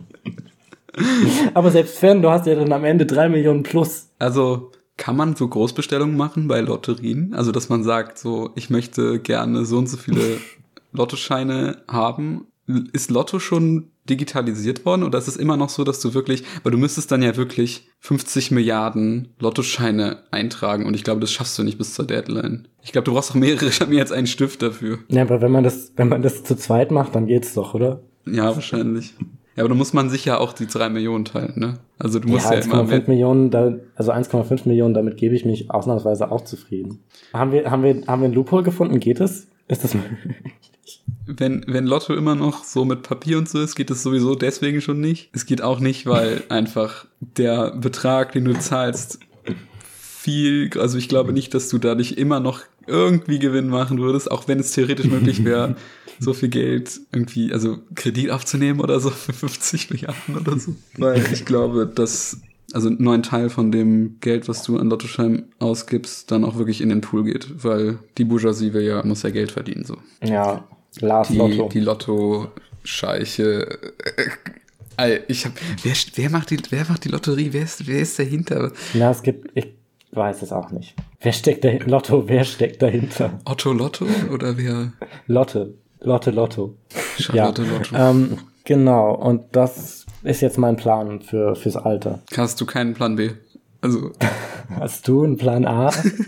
Aber selbst wenn, du hast ja dann am Ende drei Millionen plus. Also, kann man so Großbestellungen machen bei Lotterien? Also, dass man sagt, so, ich möchte gerne so und so viele Lottoscheine haben. Ist Lotto schon digitalisiert worden oder ist es immer noch so, dass du wirklich, weil du müsstest dann ja wirklich fünfzig Milliarden Lottoscheine eintragen und ich glaube, das schaffst du nicht bis zur Deadline. Ich glaube, du brauchst auch mehrere, mehr als einen Stift dafür. Ja, aber wenn man das, wenn man das zu zweit macht, dann geht's doch, oder? Ja, wahrscheinlich. Ja, aber da muss man sich ja auch die drei Millionen teilen, ne? Also du musst ja, ja immer eins Komma fünf Millionen, da, also eins Komma fünf Millionen, damit gebe ich mich ausnahmsweise auch zufrieden. Haben wir, haben wir, haben wir ein Loophole gefunden? Geht es? Ist das möglich? Wenn, wenn Lotto immer noch so mit Papier und so ist, geht es sowieso deswegen schon nicht. Es geht auch nicht, weil einfach der Betrag, den du zahlst, viel, also ich glaube nicht, dass du dadurch immer noch irgendwie Gewinn machen würdest, auch wenn es theoretisch möglich wäre, so viel Geld irgendwie, also Kredit aufzunehmen oder so für fünfzig Milliarden oder so. Weil ich glaube, dass also nur ein Teil von dem Geld, was du an Lottoschein ausgibst, dann auch wirklich in den Pool geht, weil die Bourgeoisie will ja, muss ja Geld verdienen, so. Ja, Lars die, Lotto. Die Lotto-Scheiche. Äh, ich hab, wer, wer macht die, wer macht die Lotterie? Wer ist, wer ist dahinter? Na, es gibt, ich weiß es auch nicht. Wer steckt dahinter? Lotto, wer steckt dahinter? Otto Lotto oder wer? Lotte. Lotte Lotto. Charlotte ja. Lotto. Ähm, genau, und das ist jetzt mein Plan für, fürs Alter. Hast du keinen Plan B? Also. Hast du einen Plan A?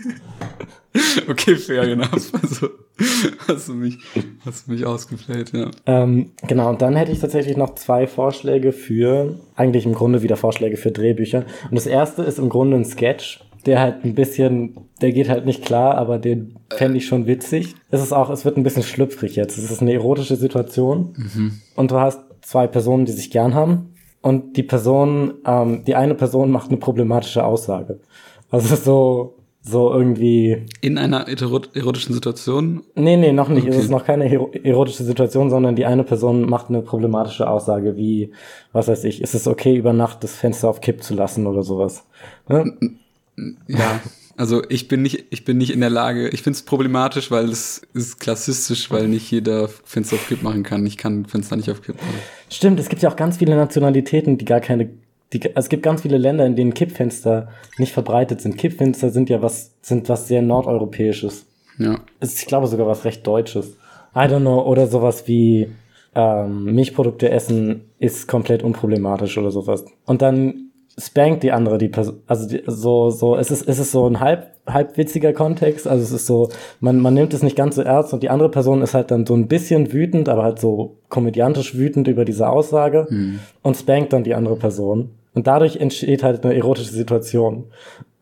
Okay, fair enough. Also, hast du mich, hast du mich ausgeplayt, ja. Ähm, genau, und dann hätte ich tatsächlich noch zwei Vorschläge für, eigentlich im Grunde wieder Vorschläge für Drehbücher. Und das erste ist im Grunde ein Sketch, der halt ein bisschen, der geht halt nicht klar, aber den fände ich schon witzig. Es ist auch, es wird ein bisschen schlüpfrig jetzt. Es ist eine erotische Situation. Mhm. Und du hast zwei Personen, die sich gern haben. Und die Person, ähm, die eine Person macht eine problematische Aussage. Also so, so irgendwie... In einer erotischen Situation? Nee, nee, noch nicht. Okay. Es ist noch keine erotische Situation, sondern die eine Person macht eine problematische Aussage wie, was weiß ich, ist es okay, über Nacht das Fenster auf Kipp zu lassen oder sowas. Ne? Ja, also ich bin nicht, ich bin nicht in der Lage, ich finde es problematisch, weil es ist klassistisch, weil nicht jeder Fenster auf Kipp machen kann. Ich kann Fenster nicht auf Kipp machen. Stimmt, es gibt ja auch ganz viele Nationalitäten, die gar keine, die, also es gibt ganz viele Länder, in denen Kippfenster nicht verbreitet sind. Kippfenster sind ja was, sind was sehr nordeuropäisches. Ja. Es ist, ich glaube, sogar was recht Deutsches. I don't know, oder sowas wie, ähm, Milchprodukte essen ist komplett unproblematisch oder sowas. Und dann spankt die andere die Person, also die, so so es ist es ist so ein halb halb witziger Kontext, also es ist so, man man nimmt es nicht ganz so ernst und die andere Person ist halt dann so ein bisschen wütend, aber halt so komödiantisch wütend über diese Aussage hm. und spankt dann die andere Person und dadurch entsteht halt eine erotische Situation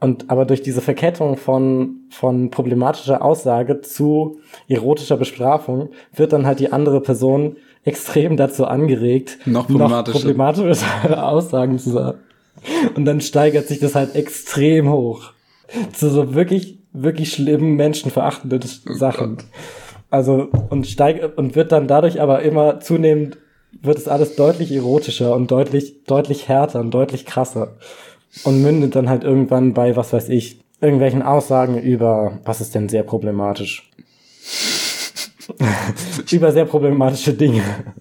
Und aber durch diese Verkettung von von problematischer Aussage zu erotischer Bestrafung wird dann halt die andere Person extrem dazu angeregt, noch problematische, noch problematische Aussagen zu sagen. Und dann steigert sich das halt extrem hoch zu so wirklich wirklich schlimmen, menschenverachtenden Sachen. Oh also und steigt und wird dann dadurch aber immer zunehmend wird es alles deutlich erotischer und deutlich deutlich härter und deutlich krasser. Und mündet dann halt irgendwann bei, was weiß ich, irgendwelchen Aussagen über, was ist denn sehr problematisch? über sehr problematische Dinge.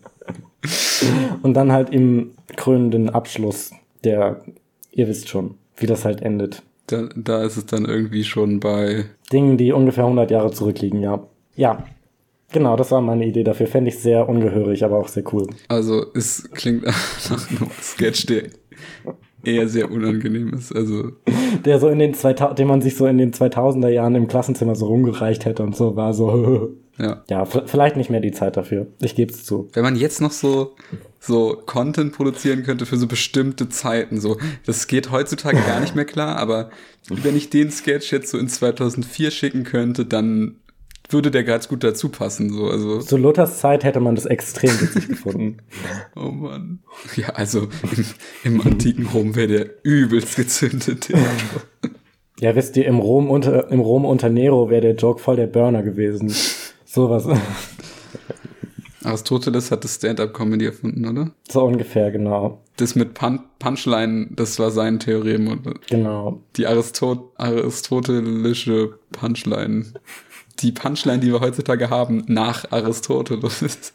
Und dann halt im krönenden Abschluss, der, ihr wisst schon, wie das halt endet. Da, da ist es dann irgendwie schon bei Dingen, die ungefähr hundert Jahre zurückliegen, ja. Ja, genau, das war meine Idee dafür. Fände ich sehr ungehörig, aber auch sehr cool. Also, es klingt nach einem Sketch, der eher sehr unangenehm ist, also. Der so in den zweitausend, den man sich so in den zweitausender Jahren im Klassenzimmer so rumgereicht hätte und so war so. Ja. Ja, f- vielleicht nicht mehr die Zeit dafür. Ich gebe es zu. Wenn man jetzt noch so, so Content produzieren könnte für so bestimmte Zeiten, so, das geht heutzutage gar nicht mehr klar, aber wenn ich den Sketch jetzt so in zweitausendvier schicken könnte, dann würde der ganz gut dazu passen, so, also. Zu Luthers Zeit hätte man das extrem witzig gefunden. Oh Mann. Ja, also im, im antiken Rom wäre der übelst gezündet. Ja, wisst ihr, im Rom unter, im Rom unter Nero wäre der Joke voll der Burner gewesen. Sowas. Aristoteles hat das Stand-up-Comedy erfunden, oder? So ungefähr, genau. Das mit Pun- Punchline, das war sein Theorem, oder? Genau. Die Aristot- aristotelische Punchline. Die Punchline, die wir heutzutage haben, nach Aristoteles.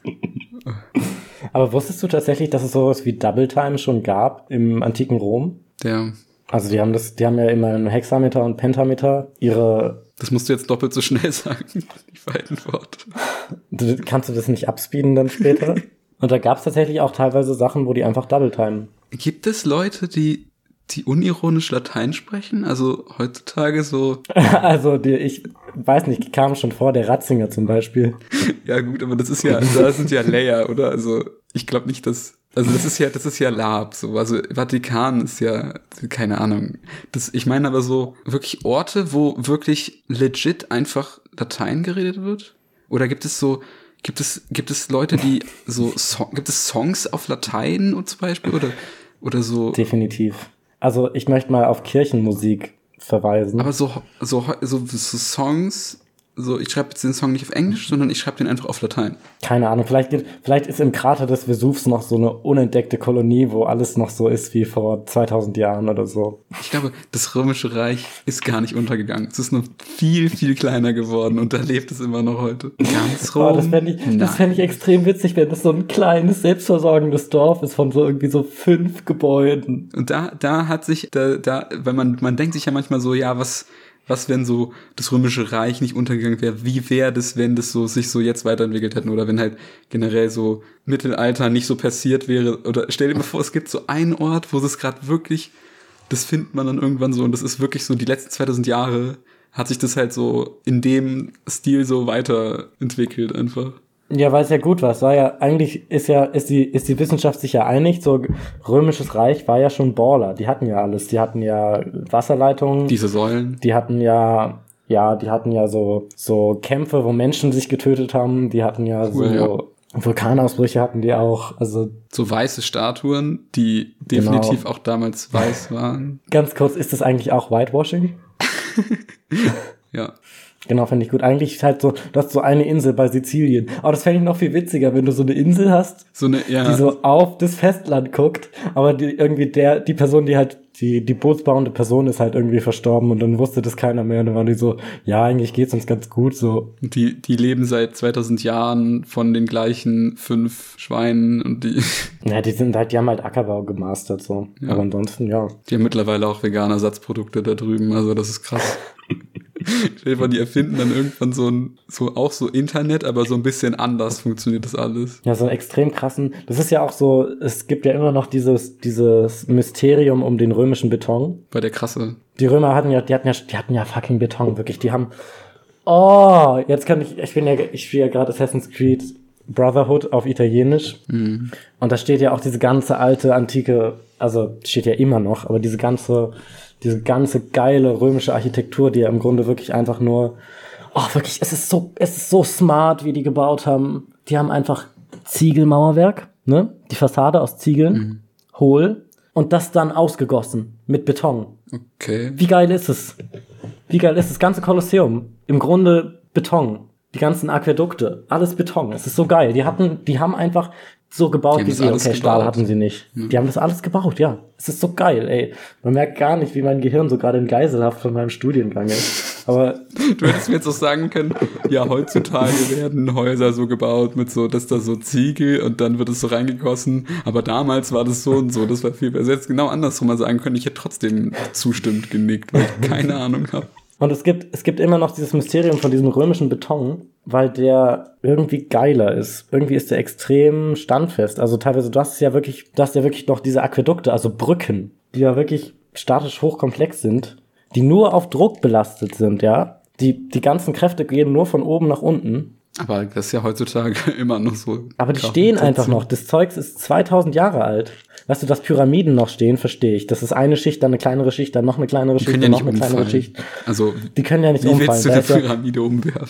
Aber wusstest du tatsächlich, dass es sowas wie Double Time schon gab im antiken Rom? Ja. Also die haben das, die haben ja immer einen Hexameter und Pentameter. Ihre. Das musst du jetzt doppelt so schnell sagen, die beiden Worte. Du, kannst du das nicht abspeeden dann später? Und da gab es tatsächlich auch teilweise Sachen, wo die einfach Double Time. Gibt es Leute, die die unironisch Latein sprechen? Also heutzutage so. Also die, ich weiß nicht, kam schon vor, der Ratzinger zum Beispiel. Ja gut, aber das ist ja, da sind ja Layer, oder? Also ich glaube nicht, dass, also das ist ja, das ist ja Lab, so, also Vatikan ist ja, keine Ahnung. Das, ich meine aber so wirklich Orte, wo wirklich legit einfach Latein geredet wird? Oder gibt es so, gibt es, gibt es Leute, die so, so gibt es Songs auf Latein und zum Beispiel oder, oder so? Definitiv. Also ich möchte mal auf Kirchenmusik verweisen. Aber so, so, so, so Songs, so ich schreibe jetzt den Song nicht auf Englisch, sondern ich schreibe den einfach auf Latein. Keine Ahnung, vielleicht, geht, vielleicht ist im Krater des Vesuvs noch so eine unentdeckte Kolonie, wo alles noch so ist wie vor zweitausend Jahren oder so. Ich glaube, das Römische Reich ist gar nicht untergegangen. Es ist nur viel, viel kleiner geworden und da lebt es immer noch heute. Ganz Rom. Oh, das fände ich, das fänd ich extrem witzig, wenn das so ein kleines, selbstversorgendes Dorf ist von so irgendwie so fünf Gebäuden. Und da, da hat sich, da, da, weil man, man denkt sich ja manchmal so, ja, was, was, wenn so das Römische Reich nicht untergegangen wäre? Wie wäre das, wenn das so sich so jetzt weiterentwickelt hätten? Oder wenn halt generell so Mittelalter nicht so passiert wäre? Oder stell dir mal vor, es gibt so einen Ort, wo es gerade wirklich, das findet man dann irgendwann so und das ist wirklich so, die letzten zweitausend Jahre hat sich das halt so in dem Stil so weiterentwickelt einfach. Ja, weil es ja gut war. Es war ja, eigentlich ist ja, ist die, ist die Wissenschaft sich ja einig, so Römisches Reich war ja schon Baller. Die hatten ja alles. Die hatten ja Wasserleitungen. Diese Säulen. Die hatten ja, ja, die hatten ja so, so Kämpfe, wo Menschen sich getötet haben. Die hatten ja Cool, so, ja. Vulkanausbrüche hatten die auch. Also. So weiße Statuen, die Genau. definitiv auch damals weiß waren. Ganz kurz, ist das eigentlich auch Whitewashing? Ja. Genau, finde ich gut. Eigentlich ist halt so, du hast so eine Insel bei Sizilien. Aber das fände ich noch viel witziger, wenn du so eine Insel hast, So eine, ja. die so auf das Festland guckt, aber die irgendwie der, die Person, die halt, die, die bootsbauende Person ist halt irgendwie verstorben und dann wusste das keiner mehr und dann waren die so, ja, eigentlich geht's uns ganz gut, so. Die, die leben seit zweitausend Jahren von den gleichen fünf Schweinen und die, Ja, die sind halt, die haben halt Ackerbau gemastert, so. Ja. Aber ansonsten, ja. die haben mittlerweile auch vegane Ersatzprodukte da drüben, also das ist krass. Stell dir vor, die erfinden dann irgendwann so ein, so auch so Internet, aber so ein bisschen anders funktioniert das alles. Ja, so einen extrem krassen, das ist ja auch so, es gibt ja immer noch dieses, dieses Mysterium um den römischen Beton. Bei der Krasse. Die Römer hatten ja, die hatten ja, die hatten ja fucking Beton, wirklich. Die haben, oh, jetzt kann ich, ich bin ja, ich spiele ja gerade Assassin's Creed Brotherhood auf Italienisch. Mhm. Und da steht ja auch diese ganze alte, antike, also steht ja immer noch, aber diese ganze, diese ganze geile römische Architektur, die ja im Grunde wirklich einfach nur, oh wirklich, es ist so, es ist so smart, wie die gebaut haben. Die haben einfach Ziegelmauerwerk, ne? Die Fassade aus Ziegeln, mhm. hohl und das dann ausgegossen mit Beton. Okay. Wie geil ist es? Wie geil ist das ganze Kolosseum? Im Grunde Beton. Die ganzen Aquädukte, alles Beton. Es ist so geil. Die hatten, die haben einfach so gebaut, wie sie. Okay, Stahl hatten sie nicht. Ja. Die haben das alles gebaut, ja. Es ist so geil, ey. Man merkt gar nicht, wie mein Gehirn so gerade in Geiselhaft von meinem Studiengang ist. Aber du hättest mir jetzt auch sagen können, ja, heutzutage werden Häuser so gebaut mit so, dass da so Ziegel und dann wird es so reingegossen. Aber damals war das so und so. Das war viel besser. Jetzt genau andersrum mal sagen können, ich hätte trotzdem zustimmend genickt, weil ich keine Ahnung habe. Und es gibt, es gibt immer noch dieses Mysterium von diesem römischen Beton, weil der irgendwie geiler ist. Irgendwie ist der extrem standfest. Also teilweise, du hast ja wirklich, du hast ja wirklich noch diese Aquädukte, also Brücken, die ja wirklich statisch hochkomplex sind, die nur auf Druck belastet sind, ja. Die, die ganzen Kräfte gehen nur von oben nach unten. Aber das ist ja heutzutage immer noch so. Aber die stehen einfach noch. Das Zeugs ist zweitausend Jahre alt. Weißt du, dass Pyramiden noch stehen, verstehe ich. Das ist eine Schicht, dann eine kleinere Schicht, dann noch eine kleinere Schicht, dann noch eine kleinere Schicht. Also, die können ja nicht wie umfallen. Wie willst du eine Pyramide umwerfen?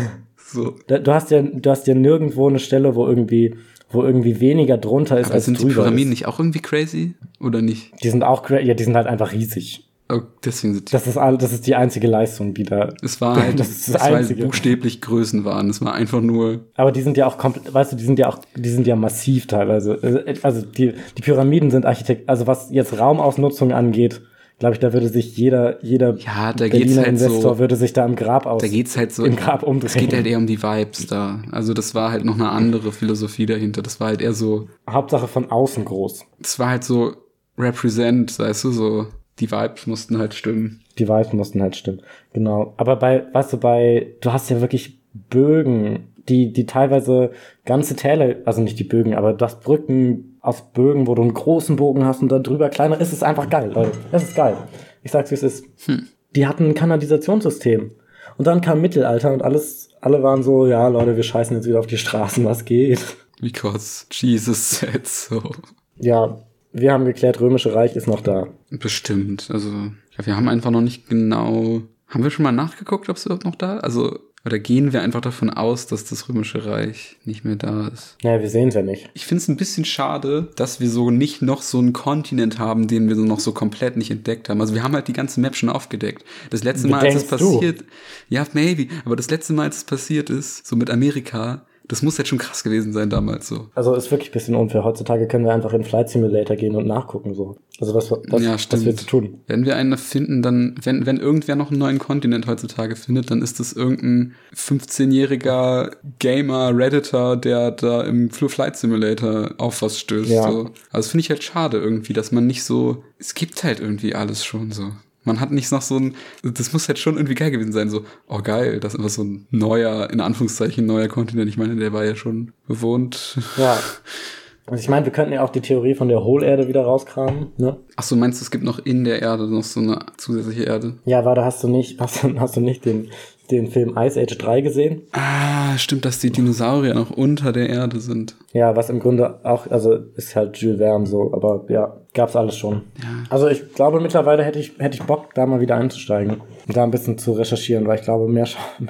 So. Du hast ja, du hast ja nirgendwo eine Stelle, wo irgendwie, wo irgendwie weniger drunter ist, aber als sind drüber die Pyramiden ist. Nicht auch irgendwie crazy? Oder nicht? Die sind auch crazy, ja, die sind halt einfach riesig. Oh, deswegen sind die das ist all, das ist die einzige Leistung, die da. Es war halt, das ist das das einzige. Weil buchstäblich Größen waren. Es war einfach nur. Aber die sind ja auch komplett, weißt du, die sind ja auch, die sind ja massiv teilweise. Also die, die Pyramiden sind Architekt, also was jetzt Raumausnutzung angeht, glaube ich, da würde sich jeder, jeder ja, da Berliner geht's halt Investor so, würde sich da im Grab aus. Da geht's halt so. Im Grab umdrehen. Es geht halt eher um die Vibes da. Also das war halt noch eine andere Philosophie dahinter. Das war halt eher so. Hauptsache von außen groß. Es war halt so represent, weißt du, so. Die Vibes mussten halt stimmen. Die Vibes mussten halt stimmen, genau. Aber bei, weißt du, bei, du hast ja wirklich Bögen, die, die teilweise ganze Täler, also nicht die Bögen, aber du hast Brücken aus Bögen, wo du einen großen Bogen hast und da drüber kleiner. Es ist einfach geil, Leute. Es ist geil. Ich sag's, wie es ist. Hm. Die hatten ein Kanalisationssystem. Und dann kam Mittelalter und alles, alle waren so, ja, Leute, wir scheißen jetzt wieder auf die Straßen, was geht. Because Jesus said so. Ja, wir haben geklärt, Römische Reich ist noch da. Bestimmt. Also, ja, wir haben einfach noch nicht genau. Haben wir schon mal nachgeguckt, ob es überhaupt noch da ist? Also, oder gehen wir einfach davon aus, dass das Römische Reich nicht mehr da ist? Ja, wir sehen es ja nicht. Ich finde es ein bisschen schade, dass wir so nicht noch so einen Kontinent haben, den wir so noch so komplett nicht entdeckt haben. Also, wir haben halt die ganze Map schon aufgedeckt. Das letzte Mal, als es passiert. Ja, maybe. Aber das letzte Mal, als es passiert ist, so mit Amerika. Das muss jetzt schon krass gewesen sein damals so. Also ist wirklich ein bisschen unfair. Heutzutage können wir einfach in Flight Simulator gehen und nachgucken so. Also was, was, ja, was wir zu tun. Wenn wir einen finden, dann, wenn, wenn irgendwer noch einen neuen Kontinent heutzutage findet, dann ist das irgendein fünfzehnjähriger Gamer, Redditor, der da im Flight Simulator auf was stößt. Ja. So. Also das finde ich halt schade irgendwie, dass man nicht so, es gibt halt irgendwie alles schon so. Man hat nicht noch so ein, das muss halt schon irgendwie geil gewesen sein, so, oh geil, das ist einfach so ein neuer, in Anführungszeichen, neuer Kontinent. Ich meine, der war ja schon bewohnt. Ja. Also ich meine, wir könnten ja auch die Theorie von der Hohlerde wieder rauskramen, ne? Ach so, meinst du, es gibt noch in der Erde noch so eine zusätzliche Erde? Ja, warte, hast du nicht, hast du, hast du nicht den, den Film Ice Age drei gesehen? Ah, stimmt, dass die Dinosaurier noch unter der Erde sind. Ja, was im Grunde auch, also ist halt Jules Verne so, aber ja, gab's alles schon. Ja. Also ich glaube, mittlerweile hätte ich, hätte ich Bock, da mal wieder einzusteigen und da ein bisschen zu recherchieren, weil ich glaube, mehr,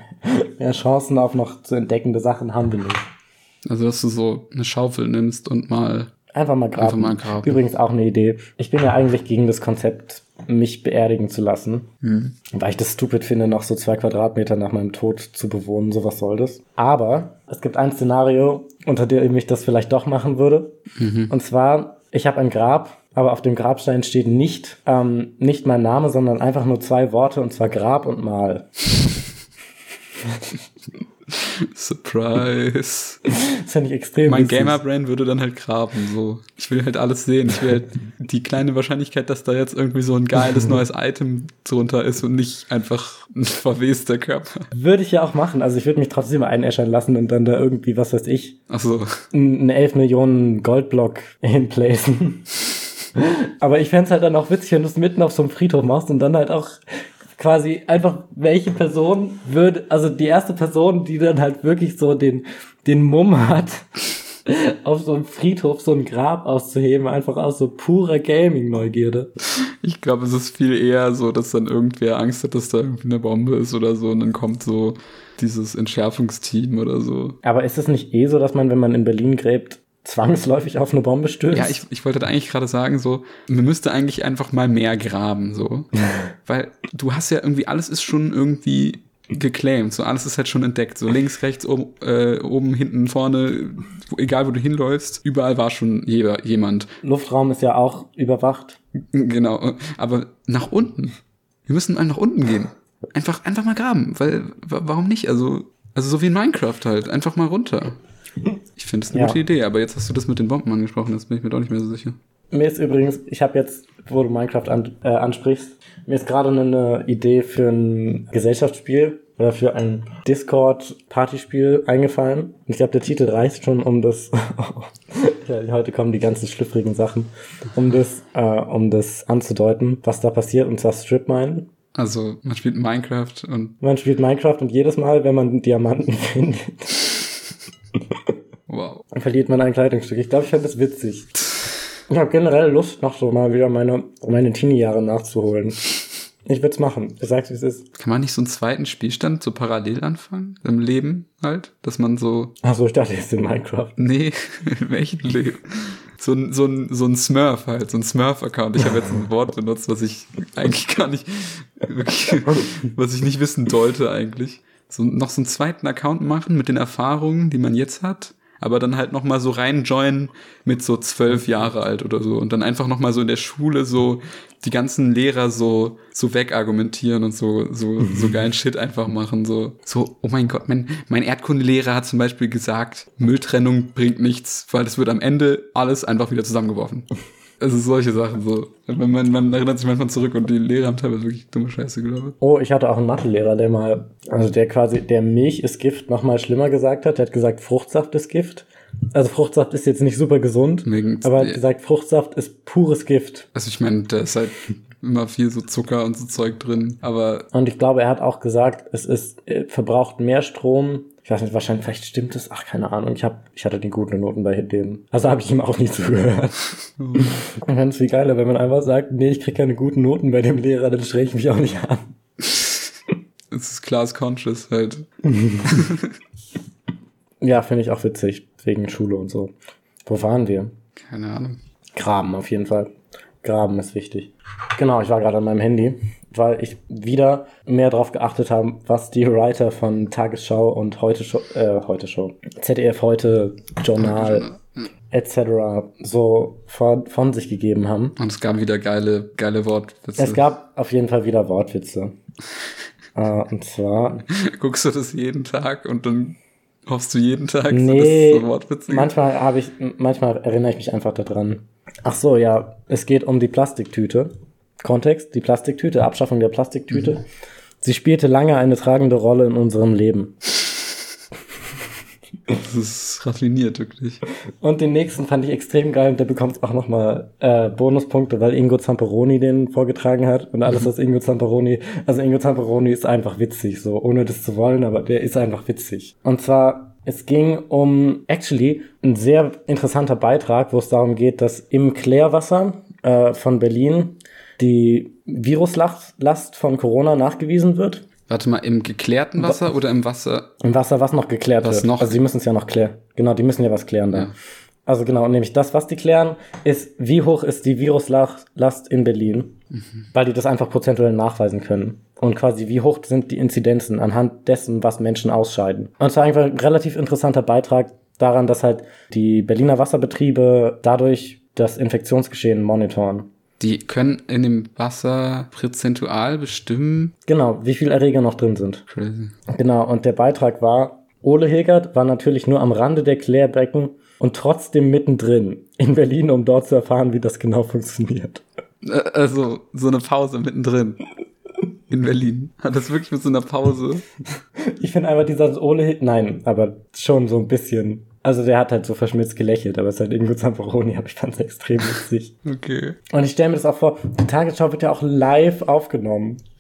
mehr Chancen auf noch zu entdeckende Sachen haben wir nicht. Also, dass du so eine Schaufel nimmst und mal Einfach mal graben. Einfach mal graben. Übrigens auch eine Idee. Ich bin ja eigentlich gegen das Konzept, mich beerdigen zu lassen. Mhm. Weil ich das stupid finde, noch so zwei Quadratmeter nach meinem Tod zu bewohnen. So was soll das. Aber es gibt ein Szenario, unter dem ich das vielleicht doch machen würde. Mhm. Und zwar, ich habe ein Grab, aber auf dem Grabstein steht nicht, ähm, nicht mein Name, sondern einfach nur zwei Worte, und zwar Grab und Mal. Surprise. Das finde ich extrem Mein witzig. Gamer-Brain würde dann halt graben, so. Ich will halt alles sehen. Ich will halt die kleine Wahrscheinlichkeit, dass da jetzt irgendwie so ein geiles neues Item drunter ist und nicht einfach ein verwester Körper. Würde ich ja auch machen. Also ich würde mich trotzdem einäschern lassen und dann da irgendwie, was weiß ich, ach so, einen elf Millionen Goldblock hinplacen. Aber ich fände es halt dann auch witzig, wenn du es mitten auf so einem Friedhof machst und dann halt auch quasi einfach, welche Person würde, also die erste Person, die dann halt wirklich so den, den Mumm hat, auf so einem Friedhof so ein Grab auszuheben, einfach aus so purer Gaming-Neugierde. Ich glaube, es ist viel eher so, dass dann irgendwer Angst hat, dass da irgendwie eine Bombe ist oder so und dann kommt so dieses Entschärfungsteam oder so. Aber ist es nicht eh so, dass man, wenn man in Berlin gräbt, zwangsläufig auf eine Bombe stößt? Ja, ich, ich wollte eigentlich gerade sagen, so, man müsste eigentlich einfach mal mehr graben, so. Weil du hast ja irgendwie, alles ist schon irgendwie geclaimed, so alles ist halt schon entdeckt, so links, rechts, oben, äh, oben, hinten, vorne, wo, egal wo du hinläufst, überall war schon jeder, jemand. Luftraum ist ja auch überwacht. Genau, aber nach unten. Wir müssen mal nach unten gehen. Einfach, einfach mal graben, weil, warum nicht? Also, also so wie in Minecraft halt, einfach mal runter. Ich finde es eine ja. gute Idee, aber jetzt hast du das mit den Bomben angesprochen, jetzt bin ich mir doch nicht mehr so sicher. Mir ist übrigens, ich habe jetzt, wo du Minecraft an, äh, ansprichst, mir ist gerade eine Idee für ein Gesellschaftsspiel oder für ein Discord-Partyspiel eingefallen. Und ich glaube, der Titel reicht schon, um das, ja, heute kommen die ganzen schlüpfrigen Sachen, um das, äh, um das anzudeuten, was da passiert, und zwar Strip Mine. Also, man spielt Minecraft und... Man spielt Minecraft und jedes Mal, wenn man einen Diamanten findet, wow. dann verliert man ein Kleidungsstück. Ich glaube, ich fände das witzig. Ich habe generell Lust, noch so mal wieder meine, meine Teenie-Jahre nachzuholen. Ich würde es machen. Ich sag's, wie es ist. Kann man nicht so einen zweiten Spielstand so parallel anfangen? Im Leben halt? Dass man so... Ach so, ich dachte jetzt in Minecraft. Nee, im echten Leben. So ein, so ein, so ein Smurf halt, so ein Smurf-Account. Ich habe jetzt ein Wort benutzt, was ich eigentlich gar nicht, wirklich, was ich nicht wissen sollte eigentlich. So, noch so einen zweiten Account machen mit den Erfahrungen, die man jetzt hat, aber dann halt nochmal so reinjoinen mit so zwölf Jahre alt oder so und dann einfach nochmal so in der Schule so die ganzen Lehrer so so wegargumentieren und so so so geilen Shit einfach machen, so so oh mein Gott, mein mein Erdkundelehrer hat zum Beispiel gesagt, Mülltrennung bringt nichts, weil es wird am Ende alles einfach wieder zusammengeworfen. Also solche Sachen so. Man, man, man erinnert sich manchmal zurück und die Lehrer haben teilweise wirklich dumme Scheiße, glaube ich. Oh, ich hatte auch einen Mathelehrer, der mal, also der quasi, der Milch ist Gift nochmal schlimmer gesagt hat. Der hat gesagt, Fruchtsaft ist Gift. Also Fruchtsaft ist jetzt nicht super gesund, Wegen, aber er hat gesagt, Fruchtsaft ist pures Gift. Also ich meine, da ist halt immer viel so Zucker und so Zeug drin, aber... Und ich glaube, er hat auch gesagt, es ist verbraucht mehr Strom. Ich weiß nicht, wahrscheinlich, vielleicht stimmt es. Ach, keine Ahnung. Ich hab, ich hatte die guten Noten bei dem. Also habe ich ihm auch nie zugehört. Oh. Ich fände es viel geiler, wenn man einfach sagt, nee, ich krieg keine guten Noten bei dem Lehrer, dann streng ich mich auch nicht an. Es ist class conscious halt. Ja, finde ich auch witzig, wegen Schule und so. Wo waren wir? Keine Ahnung. Graben auf jeden Fall. Graben ist wichtig. Genau, ich war gerade an meinem Handy, weil ich wieder mehr drauf geachtet habe, was die Writer von Tagesschau und Heute Show, äh, Heute Show, Z D F Heute, Journal et cetera so von, von sich gegeben haben. Und es gab wieder geile, geile Wortwitze. Es gab auf jeden Fall wieder Wortwitze. äh, und zwar... Guckst du das jeden Tag und dann hoffst du jeden Tag, nee, so, dass es so Wortwitze gibt? Manchmal habe ich, manchmal erinnere ich mich einfach daran. Ach so, ja, es geht um die Plastiktüte. Kontext, die Plastiktüte, Abschaffung der Plastiktüte. Mhm. Sie spielte lange eine tragende Rolle in unserem Leben. Das ist raffiniert, wirklich. Und den nächsten fand ich extrem geil und der bekommt auch nochmal äh, Bonuspunkte, weil Ingo Zamperoni den vorgetragen hat und alles, was Ingo Zamperoni, also Ingo Zamperoni ist einfach witzig, so, ohne das zu wollen, aber der ist einfach witzig. Und zwar, es ging um, actually, ein sehr interessanter Beitrag, wo es darum geht, dass im Klärwasser äh, von Berlin die Viruslast von Corona nachgewiesen wird. Warte mal, im geklärten Wasser oder im Wasser? Im Wasser, was noch geklärt was wird. Noch? Also sie müssen es ja noch klären. Genau, die müssen ja was klären da. Ja. Also genau, nämlich das, was die klären, ist, wie hoch ist die Viruslast in Berlin, mhm. weil die das einfach prozentuell nachweisen können. Und quasi, wie hoch sind die Inzidenzen anhand dessen, was Menschen ausscheiden. Und es war einfach ein relativ interessanter Beitrag daran, dass halt die Berliner Wasserbetriebe dadurch das Infektionsgeschehen monitoren. Die können in dem Wasser prozentual bestimmen? Genau, wie viel Erreger noch drin sind. Crazy. Genau, und der Beitrag war, Ole Hilgert war natürlich nur am Rande der Klärbecken und trotzdem mittendrin in Berlin, um dort zu erfahren, wie das genau funktioniert. Also, so eine Pause mittendrin in Berlin. Hat das wirklich mit so einer Pause? Ich finde einfach dieser Ole Hilgert, nein, aber schon so ein bisschen... Also der hat halt so verschmitzt gelächelt, aber es ist halt Ingo Zamperoni, aber ich fand es extrem witzig. Okay. Und ich stelle mir das auch vor, die Tagesschau wird ja auch live aufgenommen.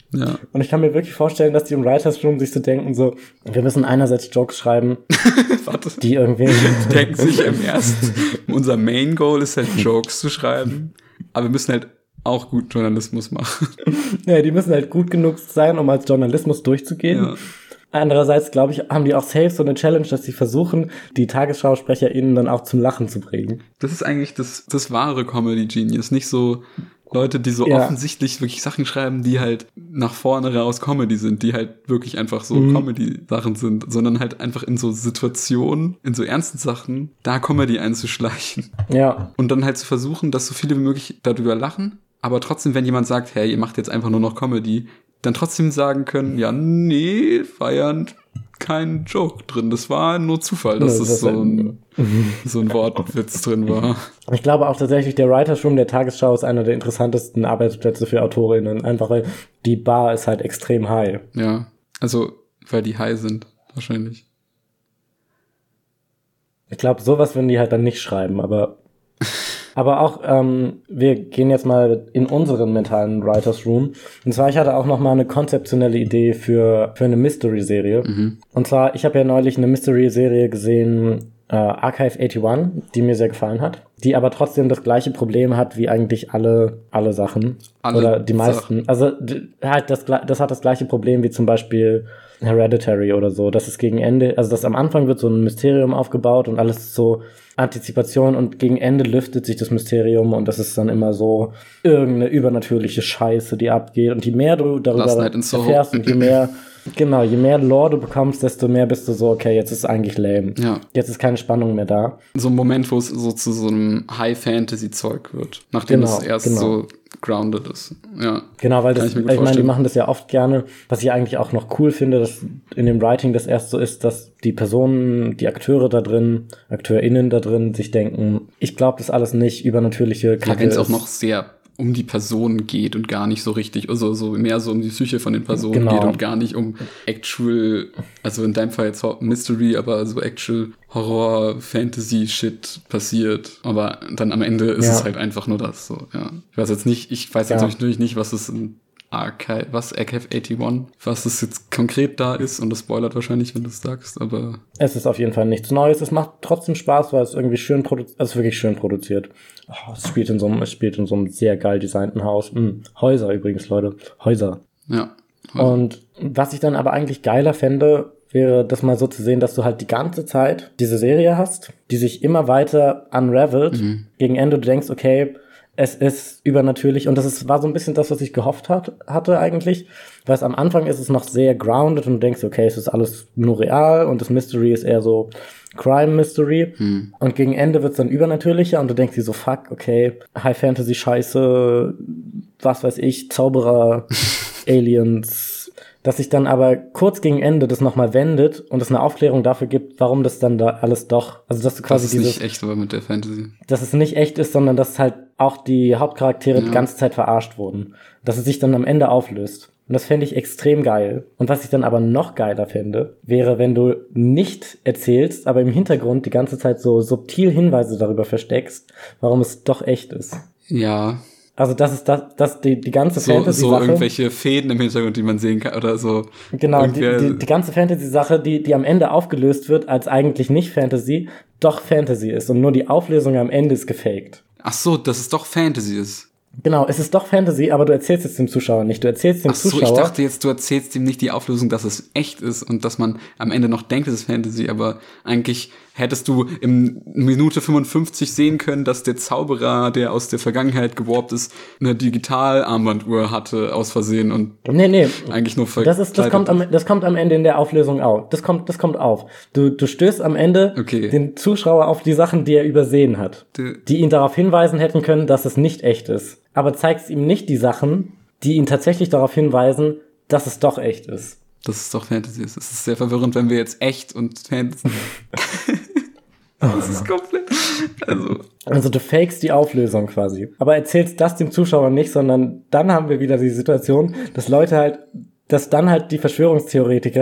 Ja. Und ich kann mir wirklich vorstellen, dass die im Writers Room sich so denken, so, wir müssen einerseits Jokes schreiben, Warte. die irgendwie... Die denken sich im ersten, unser Main Goal ist halt Jokes zu schreiben, aber wir müssen halt auch gut Journalismus machen. Ja, die müssen halt gut genug sein, um als Journalismus durchzugehen. Ja. Andererseits, glaube ich, haben die auch safe so eine Challenge, dass sie versuchen, die TagesschausprecherInnen dann auch zum Lachen zu bringen. Das ist eigentlich das, das wahre Comedy-Genius. Nicht so Leute, die so Ja. offensichtlich wirklich Sachen schreiben, die halt nach vorne raus Comedy sind, die halt wirklich einfach so Mhm. Comedy-Sachen sind, sondern halt einfach in so Situationen, in so ernsten Sachen, da Comedy einzuschleichen. Ja, Und dann halt zu versuchen, dass so viele wie möglich darüber lachen, aber trotzdem, wenn jemand sagt, hey, ihr macht jetzt einfach nur noch Comedy, dann trotzdem sagen können, ja, nee, war ja kein Joke drin. Das war nur Zufall, dass Nö, es das so ist ein, so ein Wortwitz drin war. ich glaube auch tatsächlich, der Writers Room der Tagesschau ist einer der interessantesten Arbeitsplätze für AutorInnen. Einfach weil die Bar ist halt extrem high. Ja, also, weil die high sind, wahrscheinlich. Ich glaube, sowas würden die halt dann nicht schreiben, aber aber auch, ähm, wir gehen jetzt mal in unseren mentalen Writers Room. Und zwar, ich hatte auch noch mal eine konzeptionelle Idee für für eine Mystery-Serie. Mhm. Und zwar, ich habe ja neulich eine Mystery-Serie gesehen, äh, Archive einundachtzig, die mir sehr gefallen hat, die aber trotzdem das gleiche Problem hat wie eigentlich alle alle Sachen. Alle Oder die meisten. Sachen. Also d- halt das gle- das hat das gleiche Problem wie zum Beispiel Hereditary oder so. Das ist gegen Ende, also das am Anfang wird so ein Mysterium aufgebaut und alles ist so Antizipation und gegen Ende lüftet sich das Mysterium und das ist dann immer so irgendeine übernatürliche Scheiße, die abgeht. Und je mehr du darüber Last Night in Soho. erfährst und je mehr, genau, je mehr Lore du bekommst, desto mehr bist du so, okay, jetzt ist eigentlich lame. Ja. Jetzt ist keine Spannung mehr da. So ein Moment, wo es so zu so einem High-Fantasy-Zeug wird, nachdem Genau, es erst genau. so grounded ist. Ja. Genau, weil Kann das, ich mir ich, gut meine, die vorstellen. machen das ja oft gerne, was ich eigentlich auch noch cool finde, dass in dem Writing das erst so ist, dass die Personen, die Akteure da drin, AkteurInnen da drin, sich denken, ich glaube das alles nicht, übernatürliche Ja, Kacke wenn es auch ist. noch sehr um die Person geht und gar nicht so richtig, also so mehr so um die Psyche von den Personen Genau. geht und gar nicht um actual, also in deinem Fall jetzt Mystery, aber so actual Horror, Fantasy-Shit passiert. Aber dann am Ende ist Ja. es halt einfach nur das, so, ja. Ich weiß jetzt nicht, ich weiß jetzt Ja. natürlich nicht, was es in Archive, was Archive einundachtzig, was es jetzt konkret da ist und das spoilert wahrscheinlich, wenn du es sagst, aber Es ist auf jeden Fall nichts Neues. Es macht trotzdem Spaß, weil es irgendwie schön produziert, es ist wirklich schön produziert. Oh, es spielt in so einem, es spielt in so einem sehr geil designten Haus. Hm. Häuser übrigens, Leute. Häuser. ja. Und was ich dann aber eigentlich geiler fände, wäre das mal so zu sehen, dass du halt die ganze Zeit diese Serie hast, die sich immer weiter unravelt. Mhm. Gegen Ende du denkst, okay, es ist übernatürlich. Und das ist, war so ein bisschen das, was ich gehofft hat, hatte eigentlich. Weil es am Anfang ist es noch sehr grounded und du denkst, okay, es ist alles nur real und das Mystery ist eher so Crime Mystery. Hm. Und gegen Ende wird es dann übernatürlicher und du denkst dir so, fuck, okay, High Fantasy Scheiße, was weiß ich, Zauberer, Aliens, dass sich dann aber kurz gegen Ende das nochmal wendet und es eine Aufklärung dafür gibt, warum das dann da alles doch, also dass du quasi Das ist dieses, nicht echt, aber mit der Fantasy. dass es nicht echt ist, sondern dass halt auch die Hauptcharaktere Ja. die ganze Zeit verarscht wurden. Dass es sich dann am Ende auflöst. Und das fände ich extrem geil. Und was ich dann aber noch geiler fände, wäre, wenn du nicht erzählst, aber im Hintergrund die ganze Zeit so subtil Hinweise darüber versteckst, warum es doch echt ist. Ja. Also das ist das, das die, die ganze So, so Fantasy-Sache. irgendwelche Fäden im Hintergrund, die man sehen kann oder so. Genau, die, Irgendwer- die, die ganze Fantasy-Sache, die, die am Ende aufgelöst wird, als eigentlich nicht Fantasy, doch Fantasy ist. Und nur die Auflösung am Ende ist gefaked. Ach so, dass es doch Fantasy ist. Genau, es ist doch Fantasy, aber du erzählst es dem Zuschauer nicht. Du erzählst dem Ach so, Zuschauer. ich dachte jetzt, du erzählst ihm nicht die Auflösung, dass es echt ist und dass man am Ende noch denkt, es ist Fantasy, aber eigentlich hättest du im Minute fünfundfünfzig sehen können, dass der Zauberer, der aus der Vergangenheit gewarpt ist, eine Digital-Armbanduhr hatte aus Versehen und Nee, nee. eigentlich nur Das ist, das kommt am, das kommt am Ende in der Auflösung auf. Das kommt, das kommt auf. Du, du stößt am Ende Okay. den Zuschauer auf die Sachen, die er übersehen hat. Die- Die ihn darauf hinweisen hätten können, dass es nicht echt ist. Aber zeigst ihm nicht die Sachen, die ihn tatsächlich darauf hinweisen, dass es doch echt ist. dass es doch Fantasy ist. Es ist sehr verwirrend, wenn wir jetzt echt und Fantasy... Das ist komplett... Also... Also du fakest die Auflösung quasi. Aber erzählst das dem Zuschauer nicht, sondern dann haben wir wieder die Situation, dass Leute halt, dass dann halt die Verschwörungstheoretiker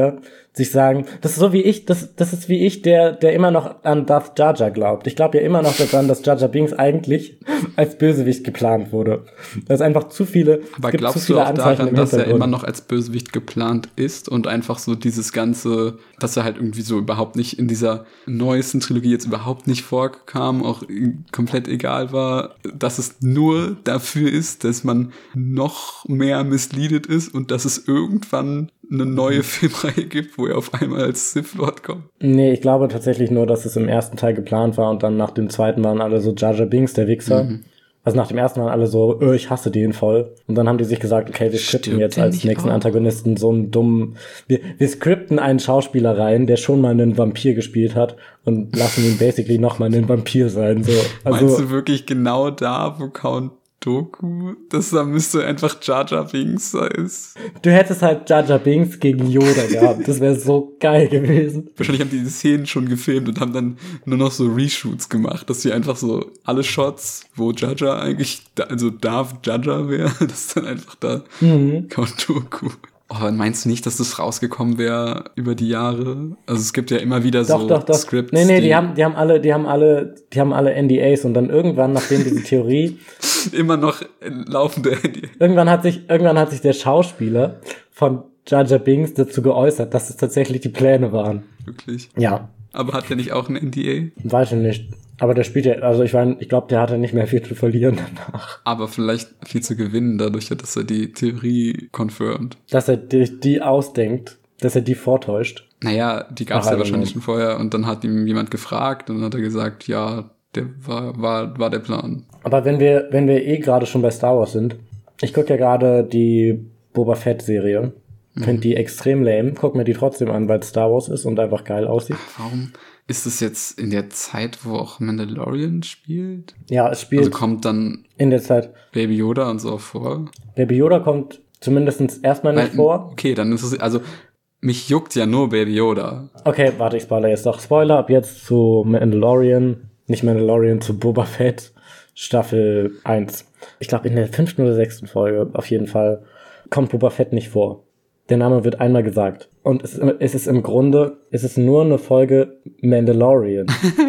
sich sagen, das ist so wie ich, das, das ist wie ich, der, der immer noch an Darth Jar Jar glaubt. Ich glaube ja immer noch daran, dass Jar Jar Binks eigentlich als Bösewicht geplant wurde. Da ist einfach zu viele, aber es gibt glaubst zu viele du auch Anzeichen daran, im dass er Hintergrund. immer noch als Bösewicht geplant ist und einfach so dieses ganze, dass er halt irgendwie so überhaupt nicht in dieser neuesten Trilogie jetzt überhaupt nicht vorkam, auch komplett egal war, dass es nur dafür ist, dass man noch mehr misleadet ist und dass es irgendwann eine neue Filmreihe gibt, wo er auf einmal als Sith Lord kommt? Nee, ich glaube tatsächlich nur, dass es im ersten Teil geplant war und dann nach dem zweiten waren alle so Jar Jar Binks, der Wichser. Mhm. Also nach dem ersten waren alle so, öh, ich hasse den voll. Und dann haben die sich gesagt, okay, wir skripten jetzt als nächsten auch? Antagonisten so einen dummen, wir, wir skripten einen Schauspieler rein, der schon mal einen Vampir gespielt hat und lassen ihn basically nochmal einen Vampir sein. So. Also, meinst du wirklich genau da, wo Count Dooku, dass da müsste einfach Jar Jar Binks sein? Du hättest halt Jar Jar Binks gegen Yoda gehabt. Das wäre so geil gewesen. Wahrscheinlich haben die die Szenen schon gefilmt und haben dann nur noch so Reshoots gemacht, dass sie einfach so alle Shots, wo Jar Jar eigentlich, da, also Darth Jar Jar wäre, das dann einfach da mhm. Count Dooku. Oh, meinst du nicht, dass das rausgekommen wäre über die Jahre? Also es gibt ja immer wieder doch, so doch, doch. Scripts. Nee, nee, die, die haben, die haben alle, die haben alle, die haben alle N D As und dann irgendwann, nachdem diese Theorie immer noch laufende N D As. Irgendwann hat sich, irgendwann hat sich der Schauspieler von Jar Jar Binks dazu geäußert, dass es tatsächlich die Pläne waren. Wirklich? Ja. Aber hat der nicht auch ein N D A? Weiß ich nicht. Aber der spielt ja, also ich meine, ich glaube, der hatte nicht mehr viel zu verlieren danach. Aber vielleicht viel zu gewinnen, dadurch, dass er die Theorie confirmed. Dass er die, die ausdenkt, dass er die vortäuscht. Naja, die gab es ja wahrscheinlich schon vorher und dann hat ihm jemand gefragt und dann hat er gesagt, ja, der war, war, war der Plan. Aber wenn wir, wenn wir eh gerade schon bei Star Wars sind, ich gucke ja gerade die Boba Fett-Serie. Mhm. Finde die extrem lame, guck mir die trotzdem an, weil es Star Wars ist und einfach geil aussieht. Warum ist es jetzt in der Zeit, wo auch Mandalorian spielt? Ja, es spielt. Also kommt dann in der Zeit Baby Yoda und so vor? Baby Yoda kommt zumindest erstmal nicht weil, vor. Okay, dann ist es, also mich juckt ja nur Baby Yoda. Okay, warte, ich spoilere jetzt doch. Spoiler ab jetzt zu Mandalorian, nicht Mandalorian, zu Boba Fett, Staffel eins. Ich glaube in der fünften oder sechsten Folge auf jeden Fall kommt Boba Fett nicht vor. Der Name wird einmal gesagt. Und es, es ist im Grunde, es ist nur eine Folge Mandalorian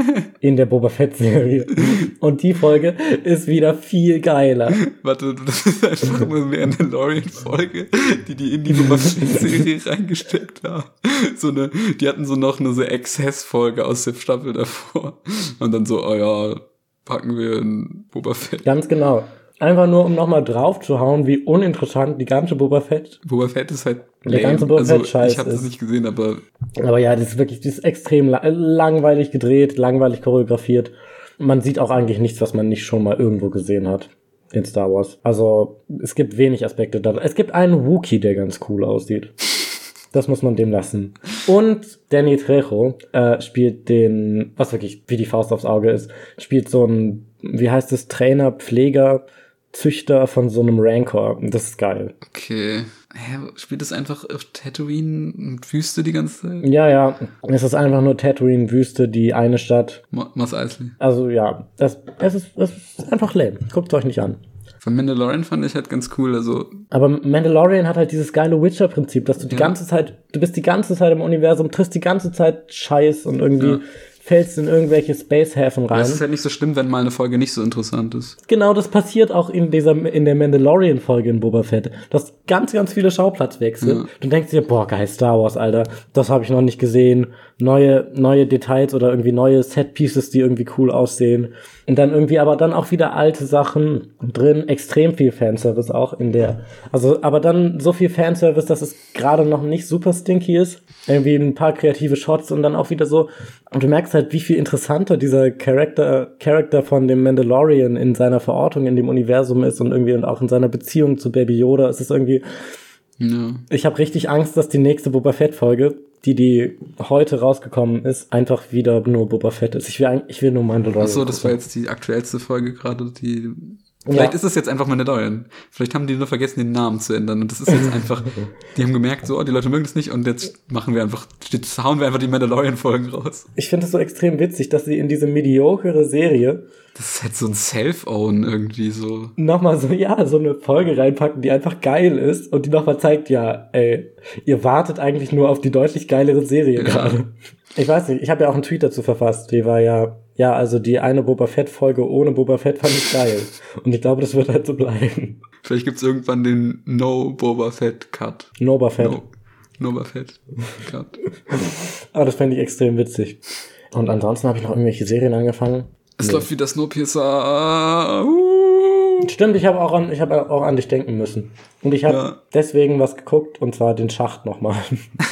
in der Boba Fett-Serie. Und die Folge ist wieder viel geiler. Warte, das ist einfach nur eine Mandalorian-Folge, die die in die Boba Fett-Serie reingesteckt haben. So eine, die hatten so noch eine so Exzess-Folge aus der Staffel davor. Und dann so, oh ja, packen wir in Boba Fett. Ganz genau. Einfach nur, um nochmal drauf zu hauen, wie uninteressant die ganze Boba Fett. Boba Fett ist halt lame. Der ganze Boba Fett Scheiß. Ich habe das nicht gesehen, aber. Aber ja, das ist wirklich, das ist extrem la- langweilig gedreht, langweilig choreografiert. Man sieht auch eigentlich nichts, was man nicht schon mal irgendwo gesehen hat in Star Wars. Also, es gibt wenig Aspekte da. Es gibt einen Wookiee, der ganz cool aussieht. Das muss man dem lassen. Und Danny Trejo äh, spielt den, was wirklich wie die Faust aufs Auge ist, spielt so ein, wie heißt es, Trainer, Pfleger, Züchter von so einem Rancor. Das ist geil. Okay. Hä, spielt es einfach auf Tatooine und Wüste die ganze Zeit? Ja, ja. Es ist einfach nur Tatooine, Wüste, die eine Stadt. Mo- Mos Eisley. Also ja, das, es, ist, es ist einfach lame. Guckt euch nicht an. Von Mandalorian fand ich halt ganz cool, also. Aber Mandalorian hat halt dieses geile Witcher-Prinzip, dass du die ja. ganze Zeit, du bist die ganze Zeit im Universum, triffst die ganze Zeit Scheiß und irgendwie ja. fällst in irgendwelche Space-Häfen rein. Es ist halt nicht so schlimm, wenn mal eine Folge nicht so interessant ist. Genau, das passiert auch in dieser, in der Mandalorian-Folge in Boba Fett. Du hast ganz, ganz viele Schauplatzwechsel. Ja. Du denkst dir, boah, geil, Star Wars, Alter, das habe ich noch nicht gesehen. Neue, neue Details oder irgendwie neue Set-Pieces, die irgendwie cool aussehen. Und dann irgendwie aber dann auch wieder alte Sachen drin. Extrem viel Fanservice auch in der, also, aber dann so viel Fanservice, dass es gerade noch nicht super stinky ist. Irgendwie ein paar kreative Shots und dann auch wieder so, und du merkst halt, wie viel interessanter dieser Charakter, Charakter von dem Mandalorian in seiner Verortung in dem Universum ist und irgendwie und auch in seiner Beziehung zu Baby Yoda. Es ist irgendwie, ja. Ich habe richtig Angst, dass die nächste Boba Fett-Folge, die die heute rausgekommen ist, einfach wieder nur Boba Fett ist. Ich will, ich will nur Mandalorian. Achso, das war jetzt die aktuellste Folge gerade, die Vielleicht Ja. ist es jetzt einfach Mandalorian. Vielleicht haben die nur vergessen, den Namen zu ändern. Und das ist jetzt einfach, die haben gemerkt, so, oh, die Leute mögen das nicht und jetzt machen wir einfach, jetzt hauen wir einfach die Mandalorian-Folgen raus. Ich finde es so extrem witzig, dass sie in diese mediocre Serie Das ist halt so ein Self-Own irgendwie so. nochmal so, ja, so eine Folge reinpacken, die einfach geil ist und die nochmal zeigt, ja, ey, ihr wartet eigentlich nur auf die deutlich geilere Serie Ja. gerade. Ich weiß nicht, ich habe ja auch einen Tweet dazu verfasst, die war ja, ja, also die eine Boba Fett-Folge ohne Boba Fett fand ich geil. Und ich glaube, das wird halt so bleiben. Vielleicht gibt's irgendwann den No Boba Fett Cut. Boba Fett. No, no Boba Fett Cut. Aber das fände ich extrem witzig. Und ansonsten habe ich noch irgendwelche Serien angefangen. Es Nee. läuft wie das Snowpiercer. Uh. Stimmt, ich habe auch an, ich habe auch an dich denken müssen. Und ich habe Ja. deswegen was geguckt, und zwar den Schacht nochmal.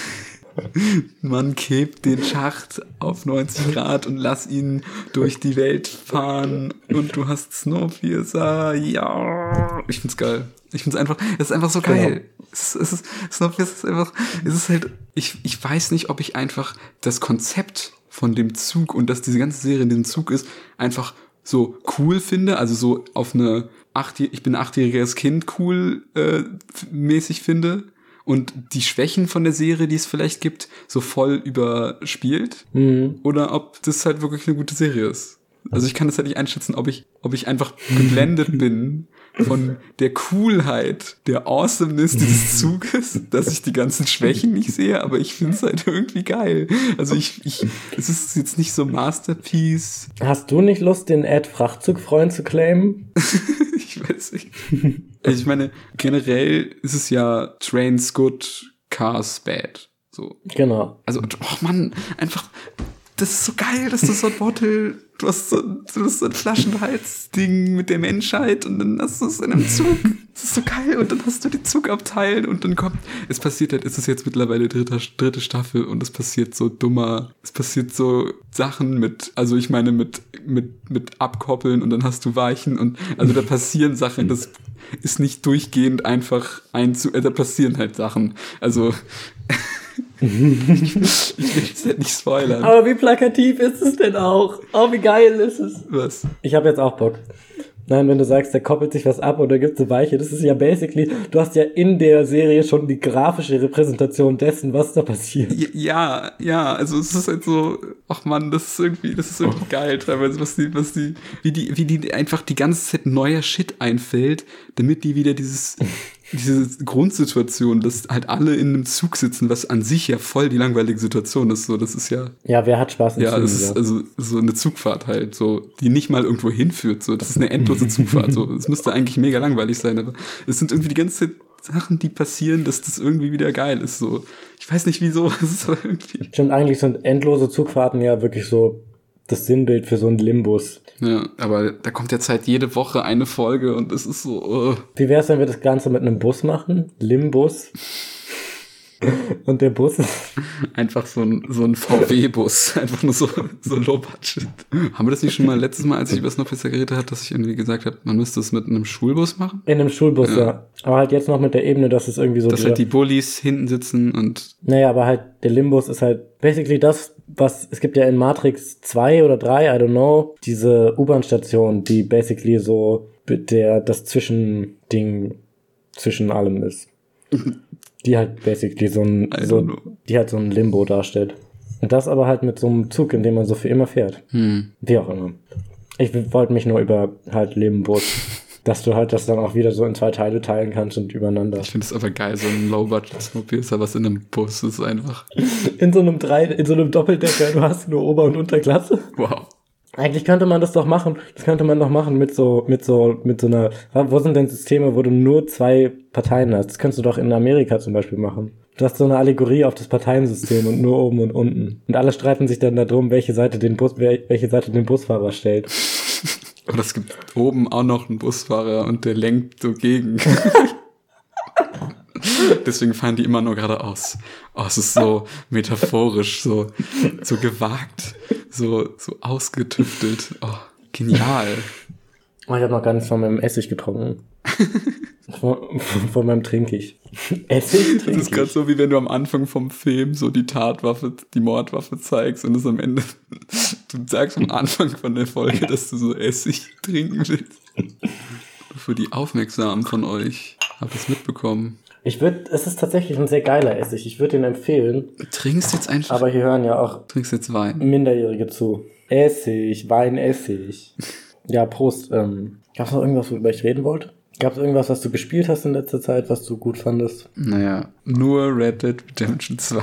Man hebt den Schacht auf neunzig Grad und lass ihn durch die Welt fahren und du hast Snowpiercer. Ja, ich find's geil. Ich find's einfach, es ist einfach so geil. Genau. Es, es ist, Snowpiercer ist einfach, es ist halt, ich, ich weiß nicht, ob ich einfach das Konzept von dem Zug und dass diese ganze Serie in diesem Zug ist, einfach so cool finde, also so auf eine acht, ich bin ein achtjähriges Kind cool äh, mäßig finde. Und die Schwächen von der Serie, die es vielleicht gibt, so voll überspielt. Mhm. Oder ob das halt wirklich eine gute Serie ist. Also ich kann das halt nicht einschätzen, ob ich, ob ich einfach geblendet bin von der Coolheit, der Awesomeness dieses Zuges, dass ich die ganzen Schwächen nicht sehe, aber ich finde es halt irgendwie geil. Also ich, ich, es ist jetzt nicht so Masterpiece. Hast du nicht Lust, den Ad-Frachtzugfreund zu claimen? Ich weiß nicht. Also ich meine, generell ist es ja Trains good, Cars bad. So. Genau. Also, oh Mann, einfach, das ist so geil, dass du so ein Bottle, du hast so, du hast so ein Flaschenhals-Ding mit der Menschheit und dann hast du es in einem Zug. Das ist so geil und dann hast du die Zugabteil und dann kommt, es passiert halt, es ist jetzt mittlerweile dritte, dritte Staffel und es passiert so dummer, es passiert so Sachen mit, also ich meine mit, mit, mit Abkoppeln und dann hast du Weichen und, also da passieren Sachen, das ist nicht durchgehend einfach ein Zug, äh, da passieren halt Sachen. Also, ich will jetzt halt nicht spoilern. Aber wie plakativ ist es denn auch? Oh, wie geil ist es? Was? Ich habe jetzt auch Bock. Nein, wenn du sagst, da koppelt sich was ab oder gibt es eine Weiche, das ist ja basically, du hast ja in der Serie schon die grafische Repräsentation dessen, was da passiert. Ja, ja, also es ist halt so, ach man, das ist irgendwie, das ist irgendwie geil teilweise, was die, was die, wie die, wie die einfach die ganze Zeit neuer Shit einfällt, damit die wieder dieses, diese Grundsituation, dass halt alle in einem Zug sitzen, was an sich ja voll die langweilige Situation ist, so, das ist ja, Ja, wer hat Spaß in ja, Zügen, das ist also so eine Zugfahrt halt, so, die nicht mal irgendwo hinführt, so, das ist eine endlose Zugfahrt, so, es müsste eigentlich mega langweilig sein, aber es sind irgendwie die ganze Zeit Sachen, die passieren, dass das irgendwie wieder geil ist, so. Ich weiß nicht wieso, es ist aber irgendwie. Stimmt, eigentlich sind endlose Zugfahrten ja wirklich so das Sinnbild für so einen Limbus. Ja, aber da kommt jetzt halt jede Woche eine Folge und es ist so, oh. Wie wär's, wenn wir das Ganze mit einem Bus machen? Limbus. Und der Bus ist... Einfach so ein, so ein V W-Bus. Einfach nur so, so low budget. Haben wir das nicht schon mal letztes Mal, als ich über Snowpiercer geredet habe, dass ich irgendwie gesagt habe, man müsste es mit einem Schulbus machen? In einem Schulbus, ja. Ja. Aber halt jetzt noch mit der Ebene, dass es irgendwie so... Dass halt die Bullies hinten sitzen und... Naja, aber halt der Limbus ist halt basically das, was... Es gibt ja in Matrix zwei oder drei, I don't know, diese U-Bahn-Station, die basically so der das Zwischending zwischen allem ist. Die halt basically so ein... I don't So, know. die halt so ein Limbo darstellt. Und das aber halt mit so einem Zug, in dem man so für immer fährt. Hm. Wie auch immer. Ich wollte mich nur über halt Limbus, dass du halt das dann auch wieder so in zwei Teile teilen kannst und übereinander. Ich finde es aber geil, so ein Low-Budget-Snowpiercer, was in einem Bus ist einfach. In so einem drei, in so einem Doppeldecker, du hast nur Ober- und Unterklasse. Wow. Eigentlich könnte man das doch machen. Das könnte man doch machen mit so, mit so, mit so einer, wo sind denn Systeme, wo du nur zwei Parteien hast? Das könntest du doch in Amerika zum Beispiel machen. Du hast so eine Allegorie auf das Parteiensystem und nur oben und unten. Und alle streiten sich dann darum, welche Seite den Bus, welche Seite den Busfahrer stellt. Und es gibt oben auch noch einen Busfahrer und der lenkt so gegen. Deswegen fahren die immer nur geradeaus. Oh, es ist so metaphorisch, so, so gewagt, so, so ausgetüftelt. Oh, genial. Oh, ich habe noch gar nichts von meinem Essig getrunken. von, von meinem Trinkig. Essig Das trinke ist gerade ich. so, wie wenn du am Anfang vom Film so die Tatwaffe, die Mordwaffe zeigst und es am Ende, du sagst am Anfang von der Folge, dass du so Essig trinken willst. hoffe, für die Aufmerksamen von euch habt ihr es mitbekommen. Ich würde, es ist tatsächlich ein sehr geiler Essig. Ich würde ihn empfehlen. Du trinkst jetzt einfach... Aber hier hören ja auch... Trinkst jetzt Wein. Minderjährige zu. Essig, Weinessig. Ja, Prost. Ähm, Gab es noch irgendwas, worüber ich reden wollte? Gab es irgendwas, was du gespielt hast in letzter Zeit, was du gut fandest? Naja, nur Red Dead Redemption zwei.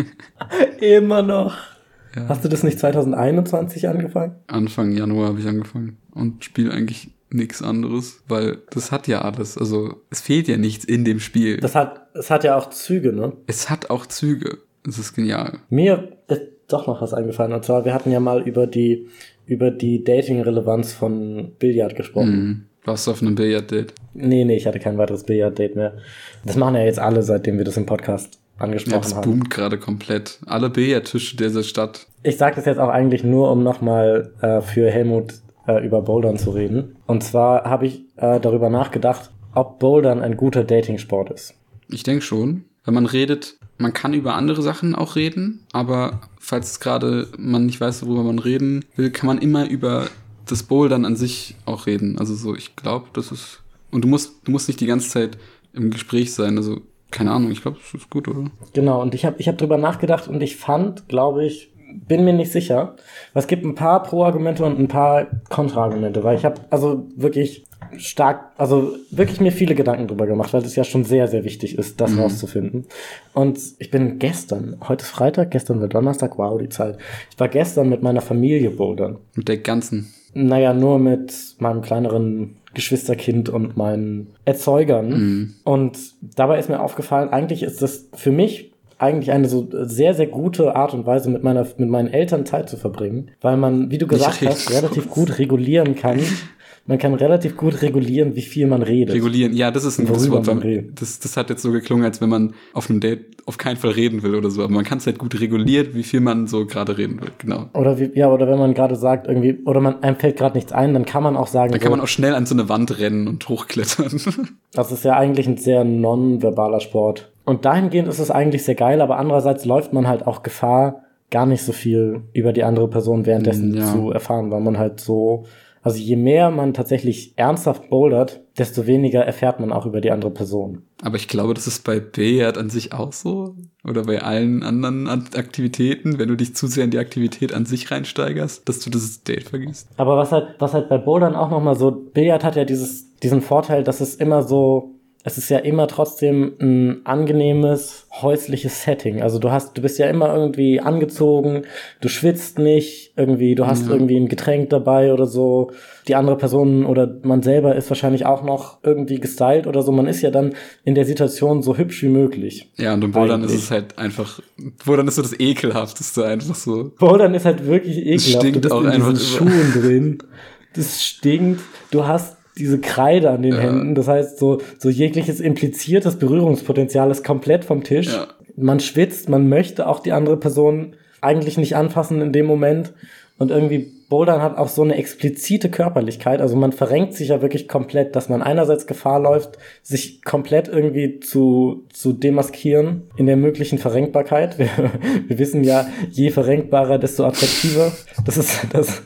Immer noch. Ja. Hast du das nicht zwanzig einundzwanzig angefangen? Anfang Januar habe ich angefangen und spiele eigentlich nichts anderes, weil das hat ja alles. Also es fehlt ja nichts in dem Spiel. Das hat, es hat ja auch Züge, ne? Es hat auch Züge. Das ist genial. Mir ist doch noch was eingefallen. Und zwar, wir hatten ja mal über die, über die Dating-Relevanz von Billard gesprochen. Mhm. Warst du auf einem Billard-Date? Nee, nee, ich hatte kein weiteres Billard-Date mehr. Das machen ja jetzt alle, seitdem wir das im Podcast angesprochen ja, das haben. boomt gerade komplett. Alle Billardtische dieser Stadt. Ich sage das jetzt auch eigentlich nur, um nochmal äh, für Helmut äh, über Bouldern zu reden. Und zwar habe ich äh, darüber nachgedacht, ob Bouldern ein guter Datingsport ist. Ich denke schon. Wenn man redet, man kann über andere Sachen auch reden, aber falls gerade man nicht weiß, worüber man reden will, kann man immer über das Bouldern an sich auch reden. Also so, ich glaube, das ist... Und du musst, du musst nicht die ganze Zeit im Gespräch sein, also keine Ahnung, ich glaube, das ist gut, oder? Genau, und ich habe ich hab drüber nachgedacht und ich fand, glaube ich, bin mir nicht sicher, weil es gibt ein paar Pro-Argumente und ein paar Kontra-Argumente, weil ich habe also wirklich stark, also wirklich mir viele Gedanken drüber gemacht, weil es ja schon sehr, sehr wichtig ist, das mhm. rauszufinden. Und ich bin gestern, heute ist Freitag, gestern war Donnerstag, wow, die Zeit. Ich war gestern mit meiner Familie bouldern. Mit der ganzen? Naja, nur mit meinem kleineren Geschwisterkind und meinen Erzeugern. Mhm. Und dabei ist mir aufgefallen, eigentlich ist das für mich eigentlich eine so sehr, sehr gute Art und Weise, mit meiner, mit meinen Eltern Zeit zu verbringen, weil man, wie du gesagt hast, relativ gut regulieren kann. Man kann relativ gut regulieren, wie viel man redet. Regulieren, ja, das ist ein gutes Wort. Das, das hat jetzt so geklungen, als wenn man auf einem Date auf keinen Fall reden will oder so. Aber man kann es halt gut regulieren, wie viel man so gerade reden will, genau. Oder wie, ja, oder wenn man gerade sagt, irgendwie, oder man, einem fällt gerade nichts ein, dann kann man auch sagen. Dann kann so, man auch schnell an so eine Wand rennen und hochklettern. Das ist ja eigentlich ein sehr nonverbaler Sport. Und dahingehend ist es eigentlich sehr geil, aber andererseits läuft man halt auch Gefahr, gar nicht so viel über die andere Person währenddessen ja. zu erfahren, weil man halt so... Also je mehr man tatsächlich ernsthaft bouldert, desto weniger erfährt man auch über die andere Person. Aber ich glaube, das ist bei Billard an sich auch so. Oder bei allen anderen Aktivitäten, wenn du dich zu sehr in die Aktivität an sich reinsteigerst, dass du das Date vergisst. Aber was halt, was halt bei Bouldern auch nochmal so, Billard hat ja dieses, diesen Vorteil, dass es immer so, es ist ja immer trotzdem ein angenehmes, häusliches Setting. Also du hast, du bist ja immer irgendwie angezogen, du schwitzt nicht, irgendwie, du hast ja. irgendwie ein Getränk dabei oder so. Die andere Person oder man selber ist wahrscheinlich auch noch irgendwie gestylt oder so. Man ist ja dann in der Situation so hübsch wie möglich. Ja, und im Bouldern ist es halt einfach, Bouldern ist so das Ekelhafteste einfach so. Bouldern ist halt wirklich ekelhaft. Es stinkt du bist auch in einfach diesen Schuhen drin. Das stinkt. Du hast diese Kreide an den ja. Händen, das heißt, so, so jegliches impliziertes Berührungspotenzial ist komplett vom Tisch. Ja. Man schwitzt, man möchte auch die andere Person eigentlich nicht anfassen in dem Moment. Und irgendwie Bouldern hat auch so eine explizite Körperlichkeit. Also man verrenkt sich ja wirklich komplett, dass man einerseits Gefahr läuft, sich komplett irgendwie zu, zu demaskieren in der möglichen Verrenkbarkeit. Wir, wir wissen ja, je verrenkbarer, desto attraktiver. Das ist das.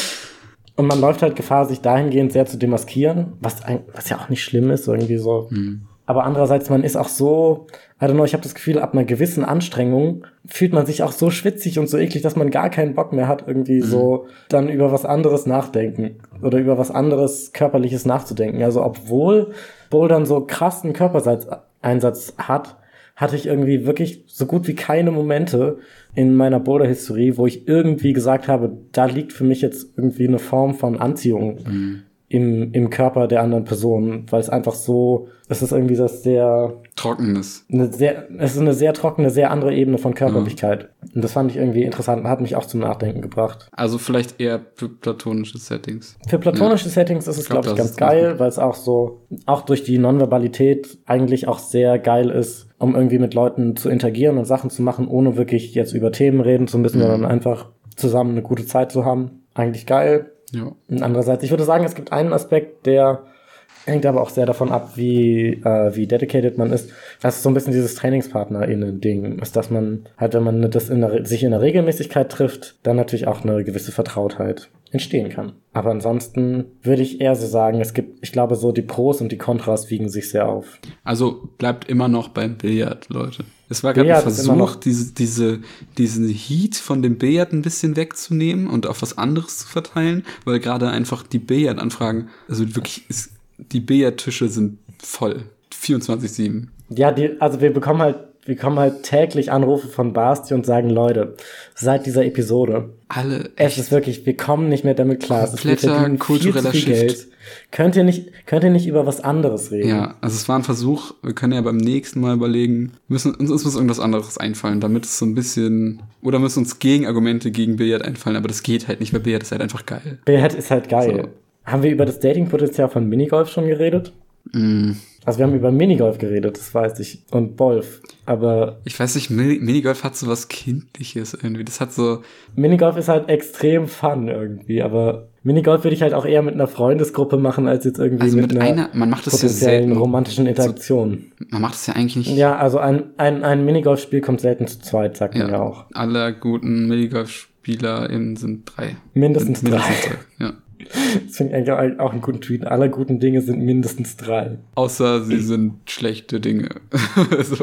Und man läuft halt Gefahr, sich dahingehend sehr zu demaskieren, was, ein, was ja auch nicht schlimm ist, irgendwie so. Mhm. Aber andererseits, man ist auch so, I don't know, ich habe das Gefühl, ab einer gewissen Anstrengung fühlt man sich auch so schwitzig und so eklig, dass man gar keinen Bock mehr hat, irgendwie mhm. so dann über was anderes nachdenken oder über was anderes Körperliches nachzudenken. Also obwohl Bouldern so krassen Körpereinsatz hat, hatte ich irgendwie wirklich so gut wie keine Momente in meiner Boulder-Historie, wo ich irgendwie gesagt habe, da liegt für mich jetzt irgendwie eine Form von Anziehung mhm. im, im Körper der anderen Person, weil es einfach so, es ist irgendwie das sehr... Trockenes. Eine sehr, es ist eine sehr trockene, sehr andere Ebene von Körperlichkeit. Mhm. Und das fand ich irgendwie interessant und hat mich auch zum Nachdenken gebracht. Also vielleicht eher für platonische Settings. Für platonische ja. Settings ist es, glaube ich, glaub, ich ganz geil, weil es auch so, auch durch die Nonverbalität eigentlich auch sehr geil ist, um irgendwie mit Leuten zu interagieren und Sachen zu machen, ohne wirklich jetzt über Themen reden zu müssen, mhm. sondern einfach zusammen eine gute Zeit zu haben. Eigentlich geil. Ja. Und andererseits, ich würde sagen, es gibt einen Aspekt, der hängt aber auch sehr davon ab, wie äh, wie dedicated man ist. Das ist so ein bisschen dieses TrainingspartnerInnen-Ding, ist, dass man halt, wenn man das in der, sich in der Regelmäßigkeit trifft, dann natürlich auch eine gewisse Vertrautheit entstehen kann. Aber ansonsten würde ich eher so sagen, es gibt, ich glaube, so die Pros und die Kontras wiegen sich sehr auf. Also bleibt immer noch beim Billard, Leute. Es war gerade ein Versuch, diese, diese, diesen Heat von dem Billard ein bisschen wegzunehmen und auf was anderes zu verteilen, weil gerade einfach die Billard-Anfragen, also wirklich, ist, die Billardtische sind voll. vierundzwanzig sieben. Ja, die, also wir bekommen halt Wir bekommen halt täglich Anrufe von Basti und sagen, Leute, seit dieser Episode, alle es ist wirklich, wir kommen nicht mehr damit klar. Kompletter kultureller Shift. Geld. Könnt ihr nicht, könnt ihr nicht über was anderes reden? Ja, also es war ein Versuch, wir können ja beim nächsten Mal überlegen, müssen, uns, uns muss irgendwas anderes einfallen, damit es so ein bisschen, oder müssen uns Gegenargumente gegen Billard einfallen, aber das geht halt nicht, weil Billard ist halt einfach geil. Billard ist halt geil. So. Haben wir über das Datingpotenzial von Minigolf schon geredet? Mm. Also wir haben über Minigolf geredet, das weiß ich, und Golf, aber... Ich weiß nicht, Minigolf hat so was Kindliches irgendwie, das hat so... Minigolf ist halt extrem fun irgendwie, aber Minigolf würde ich halt auch eher mit einer Freundesgruppe machen, als jetzt irgendwie also mit, mit einer einer, man macht das ja selten, romantischen Interaktion. So, man macht das ja eigentlich nicht... Ja, also ein, ein, ein Minigolf-Spiel kommt selten zu zweit, sagt ja, man ja auch. Alle guten Minigolf-SpielerInnen sind drei. Mindestens sind drei. Mindestens drei, ja. Das finde ich eigentlich auch einen guten Tweet. Alle guten Dinge sind mindestens drei. Außer sie sind schlechte Dinge. so.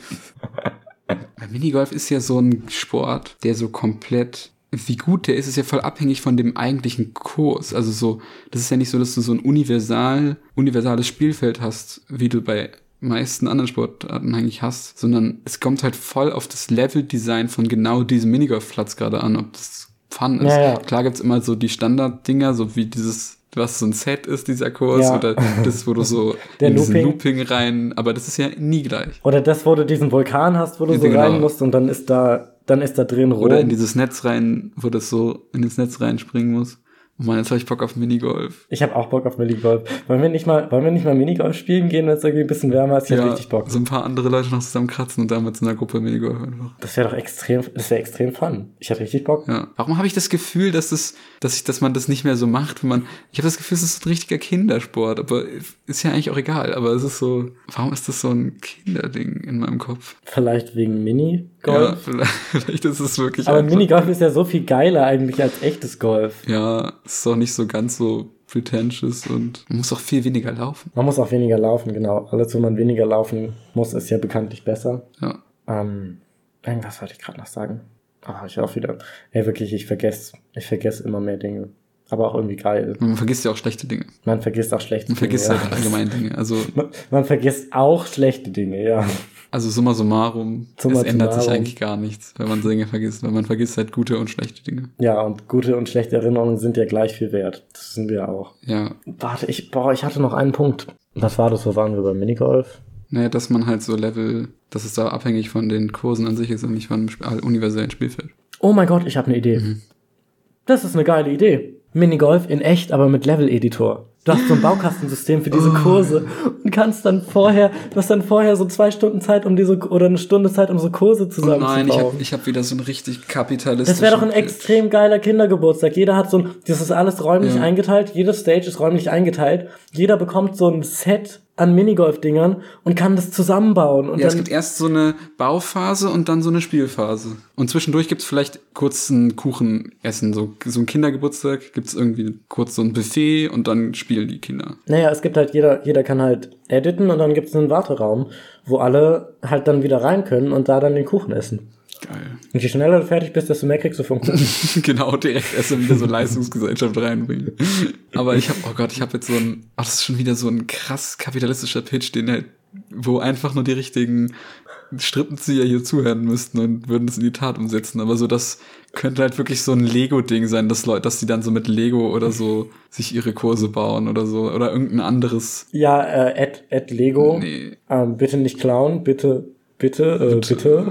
Minigolf ist ja so ein Sport, der so komplett, wie gut der ist, ist ja voll abhängig von dem eigentlichen Kurs. Also so, das ist ja nicht so, dass du so ein universal, universales Spielfeld hast, wie du bei meisten anderen Sportarten eigentlich hast, sondern es kommt halt voll auf das Level-Design von genau diesem Minigolfplatz gerade an, ob das Fun ist. Ja, ja. Klar gibt's immer so die Standarddinger, so wie dieses, was so ein Set ist, dieser Kurs, ja. Oder das, wo du so Der in Looping. diesen Looping rein, aber das ist ja nie gleich. Oder das, wo du diesen Vulkan hast, wo du Ja, so genau. rein musst und dann ist da, dann ist da drin Rom. Oder in dieses Netz rein, wo das so in ins Netz reinspringen muss. Oh Mann, jetzt hab ich Bock auf Minigolf. Ich habe auch Bock auf Minigolf. Wollen wir nicht mal, wollen wir nicht mal Minigolf spielen gehen, wenn es irgendwie ein bisschen wärmer ist? Ich ja, hab richtig Bock. So ein paar andere Leute noch zusammen kratzen und damals in einer Gruppe Minigolf einfach. Das wäre doch extrem, das wäre extrem fun. Ich hätte richtig Bock. Ja. Warum habe ich das Gefühl, dass das, dass ich, dass man das nicht mehr so macht, wenn man, ich habe das Gefühl, es ist ein richtiger Kindersport, aber ist ja eigentlich auch egal, aber es ist so, warum ist das so ein Kinderding in meinem Kopf? Vielleicht wegen Minigolf? Ja, vielleicht, vielleicht ist es wirklich aber einfach. Minigolf ist ja so viel geiler eigentlich als echtes Golf. Ja, es ist auch nicht so ganz so pretentious und man muss auch viel weniger laufen. Man muss auch weniger laufen, genau. Alles, wo man weniger laufen muss, ist ja bekanntlich besser. Ja. Ähm, irgendwas wollte ich gerade noch sagen. Ah, ich auch wieder. Ey, wirklich, ich vergesse, ich vergesse immer mehr Dinge. Aber auch irgendwie geil. Man vergisst ja auch schlechte Dinge. Man vergisst auch schlechte man Dinge. Man vergisst ja halt allgemein Dinge. Also man, man vergisst auch schlechte Dinge, ja. Also summa summarum, summa es ändert summarum. sich eigentlich gar nichts, wenn man Dinge vergisst, weil man vergisst halt gute und schlechte Dinge. Ja, und gute und schlechte Erinnerungen sind ja gleich viel wert. Das sind wir auch. Ja. Warte, ich, boah, ich hatte noch einen Punkt. Was war das? Wo waren wir beim Minigolf? Naja, dass man halt so Level, dass es da abhängig von den Kursen an sich ist und nicht von einem universellen Spielfeld. Oh mein Gott, ich habe eine Idee. Mhm. Das ist eine geile Idee. Minigolf in echt, aber mit Level-Editor. Du hast so ein Baukastensystem für diese Kurse und kannst dann vorher, du hast dann vorher so zwei Stunden Zeit, um diese, oder eine Stunde Zeit, um so Kurse zusammenzubauen. Oh nein, ich hab, ich hab wieder so ein richtig kapitalistischen... Das wäre doch ein Bild. Extrem geiler Kindergeburtstag. Jeder hat so ein, das ist alles räumlich ja. eingeteilt, jede Stage ist räumlich eingeteilt, jeder bekommt so ein Set an Minigolf-Dingern und kann das zusammenbauen. Und ja, dann es gibt erst so eine Bauphase und dann so eine Spielphase. Und zwischendurch gibt's vielleicht kurz ein Kuchenessen. So, so ein Kindergeburtstag gibt's irgendwie kurz so ein Buffet und dann spielen die Kinder. Naja, es gibt halt, jeder, jeder kann halt editen und dann gibt's einen Warteraum, wo alle halt dann wieder rein können und da dann den Kuchen essen. Geil. Und je schneller du fertig bist, desto mehr kriegst du vom Kuchen. Genau, direkt erst wieder so Leistungsgesellschaft reinbringen. Aber ich hab, oh Gott, ich hab jetzt so ein, oh, das ist schon wieder so ein krass kapitalistischer Pitch, den halt, wo einfach nur die richtigen Strippenzieher hier zuhören müssten und würden das in die Tat umsetzen. Aber so, das könnte halt wirklich so ein Lego-Ding sein, dass Leute, dass die dann so mit Lego oder so sich ihre Kurse bauen oder so. Oder irgendein anderes. Ja, äh, Ad, Ad Lego. Nee. Ähm, bitte nicht klauen, bitte, bitte, äh, bitte. bitte.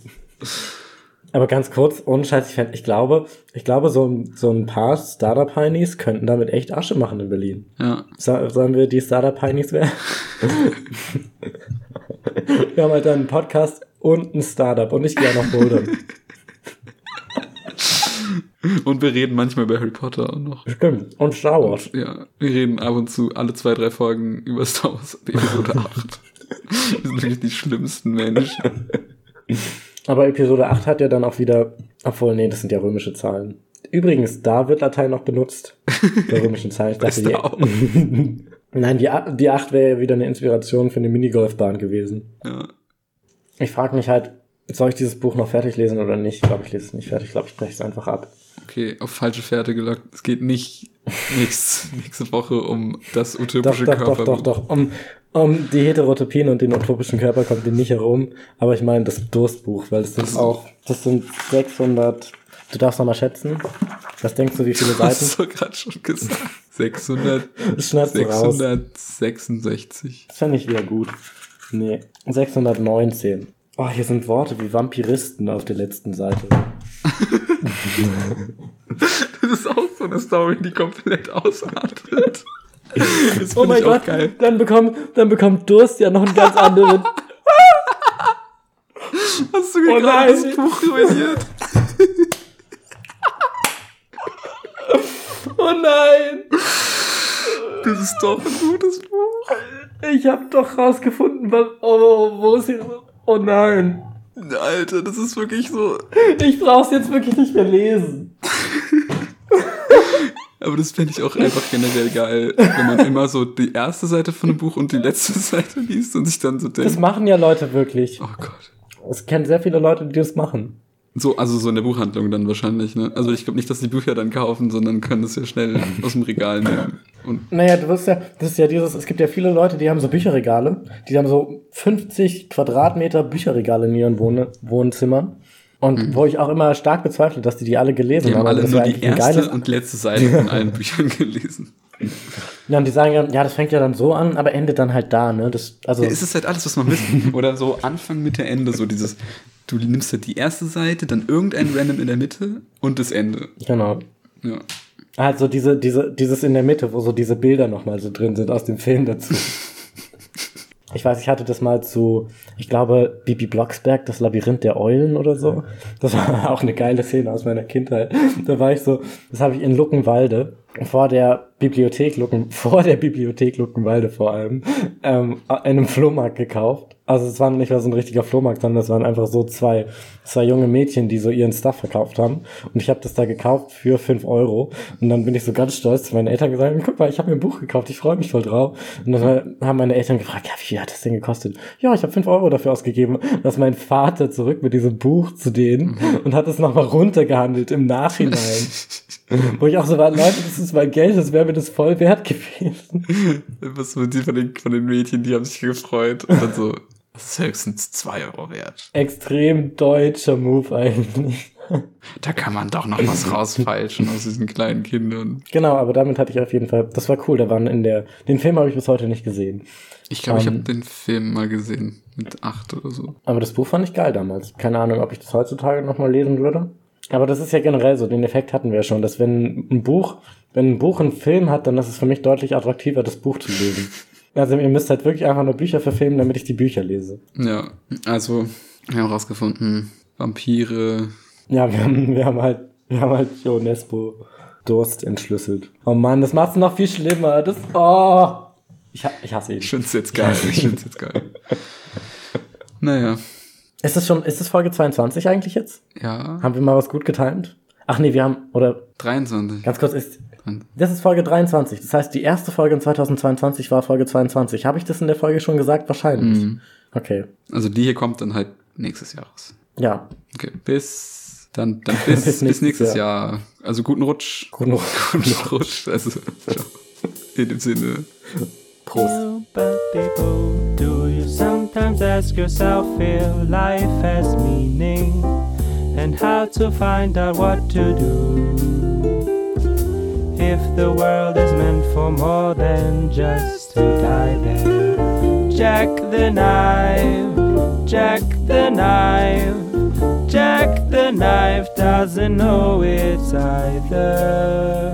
Aber ganz kurz, ohne Scheiß, ich, ich glaube, ich glaube, so, so ein paar Startup-Heinis könnten damit echt Asche machen in Berlin. Ja. So, sollen wir die Startup-Heinis werden? Wir haben halt einen Podcast und ein Startup und ich gehe auch noch bouldern. Und wir reden manchmal über Harry Potter auch noch. Stimmt. Und Star Wars. Und, ja, wir reden ab und zu alle zwei, drei Folgen über Star Wars Episode acht. Wir sind wirklich die schlimmsten Menschen. Aber Episode acht hat ja dann auch wieder, obwohl, nee, das sind ja römische Zahlen. übrigens, da wird Latein noch benutzt. Der römischen Zeit. Ich dachte, die, auch. Nein, die, die acht wäre ja wieder eine Inspiration für eine Minigolfbahn gewesen. Ja. Ich frage mich halt, soll ich dieses Buch noch fertig lesen oder nicht? Ich glaube, ich lese es nicht fertig. Ich glaube, ich breche es einfach ab. Okay, auf falsche Fährte gelockt. Es geht nicht nächst, nächste Woche um das utopische doch, doch, Körperbuch. Doch, doch, doch. Um, um die Heterotopien und den utopischen Körper kommt ihr nicht herum. Aber ich meine das Durstbuch, weil das sind so. auch, das sind sechshundert, du darfst noch mal schätzen. Was denkst du, wie viele Seiten? Hast du gerade schon gesagt. sechshundert, das schneidest du raus. sechshundertsechsundsechzig. Das fände ich wieder gut. Nee, sechshundertneunzehn. Oh, hier sind Worte wie Vampiristen auf der letzten Seite. Das ist auch so eine Story, die komplett ausartet. Das oh mein Gott, geil. Dann, bekommt, dann bekommt Durst ja noch einen ganz anderen. Hast du oh gerade das Buch ruiniert? Oh nein! Das ist doch ein gutes Buch. Ich hab doch rausgefunden, was, oh, wo ist hier... Oh nein. Alter, das ist wirklich so... Ich brauch's jetzt wirklich nicht mehr lesen. Aber das fände ich auch einfach generell geil, wenn man immer so die erste Seite von einem Buch und die letzte Seite liest und sich dann so denkt... Das machen ja Leute wirklich. Oh Gott. Es kennen sehr viele Leute, die das machen. So, also so in der Buchhandlung dann wahrscheinlich, ne? Also ich glaube nicht, dass die Bücher dann kaufen, sondern können das ja schnell aus dem Regal nehmen. Und naja, du wirst ja, das ist ja dieses, es gibt ja viele Leute, die haben so Bücherregale, die haben so fünfzig Quadratmeter Bücherregale in ihren Wohn- Wohnzimmern. Und mhm. wo ich auch immer stark bezweifle, dass die die alle gelesen die haben. haben. alle nur die erste und letzte Seite von allen Büchern gelesen. Ja, und die sagen ja, ja, das fängt ja dann so an, aber endet dann halt da, ne? Das, also ja, ist es halt alles, was man wissen. Oder so Anfang, Mitte, Ende, so dieses, du nimmst halt die erste Seite, dann irgendein Random in der Mitte und das Ende. Genau. Ja. Also diese, diese, dieses in der Mitte, wo so diese Bilder nochmal so drin sind aus dem Film dazu. Ich weiß, ich hatte das mal zu, ich glaube, Bibi Blocksberg, das Labyrinth der Eulen oder so. Das war auch eine geile Szene aus meiner Kindheit. Da war ich so, das habe ich in Luckenwalde, vor der Bibliothek Lucken, vor der Bibliothek Luckenwalde vor allem, ähm, in einem Flohmarkt gekauft. Also es war nicht mal so ein richtiger Flohmarkt, sondern es waren einfach so zwei, zwei junge Mädchen, die so ihren Stuff verkauft haben. Und ich habe das da gekauft für fünf Euro. Und dann bin ich so ganz stolz zu meinen Eltern gesagt, guck mal, ich habe mir ein Buch gekauft, ich freue mich voll drauf. Und dann haben meine Eltern gefragt, ja, wie viel hat das denn gekostet? Ja, ich habe fünf Euro dafür ausgegeben. Dass ist mein Vater zurück mit diesem Buch zu denen mhm. und hat es nochmal runtergehandelt im Nachhinein. Wo ich auch so war, Leute, das ist mein Geld, das wäre mir das voll wert gewesen. Was mit die von den, von den Mädchen, die haben sich gefreut. Und dann so, das ist höchstens zwei Euro wert. Extrem deutscher Move eigentlich. Da kann man doch noch was rausfeilschen aus diesen kleinen Kindern. Genau, aber damit hatte ich auf jeden Fall, das war cool, da waren in der, den Film habe ich bis heute nicht gesehen. Ich glaube, um, ich habe um, den Film mal gesehen, mit acht oder so. Aber das Buch fand ich geil damals. Keine Ahnung, ob ich das heutzutage nochmal lesen würde. Aber das ist ja generell so, den Effekt hatten wir ja schon, dass wenn ein Buch, wenn ein Buch einen Film hat, dann ist es für mich deutlich attraktiver, das Buch zu lesen. Also ihr müsst halt wirklich einfach nur Bücher verfilmen, damit ich die Bücher lese. Ja, also wir haben rausgefunden, Vampire. Ja, wir haben, wir haben halt, wir haben halt Jo Nesbo Durst entschlüsselt. Oh Mann, das macht's noch viel schlimmer. Das, oh, ich, ich hasse ihn. Ich find's jetzt geil, ich find's jetzt geil. Naja. Ist es schon, ist es Folge zweiundzwanzig eigentlich jetzt? Ja. Haben wir mal was gut getimt? Ach nee, wir haben, oder? dreiundzwanzig. Ganz kurz, ist, das ist Folge dreiundzwanzig. Das heißt, die erste Folge in zweitausendzweiundzwanzig war Folge zweiundzwanzig. Habe ich das in der Folge schon gesagt? Wahrscheinlich. Mhm. Okay. Also die hier kommt dann halt nächstes Jahr raus. Ja. Okay, bis, dann, dann bis, bis nächstes, bis nächstes Jahr. Jahr. Also guten Rutsch. Guten Rutsch. Guten Rutsch. Also, in dem Sinne. Prost. Do you sometimes ask yourself if life has meaning and how to find out what to do? If the world is meant for more than just to die there, Jack the knife, Jack the knife, Jack the knife doesn't know it's either.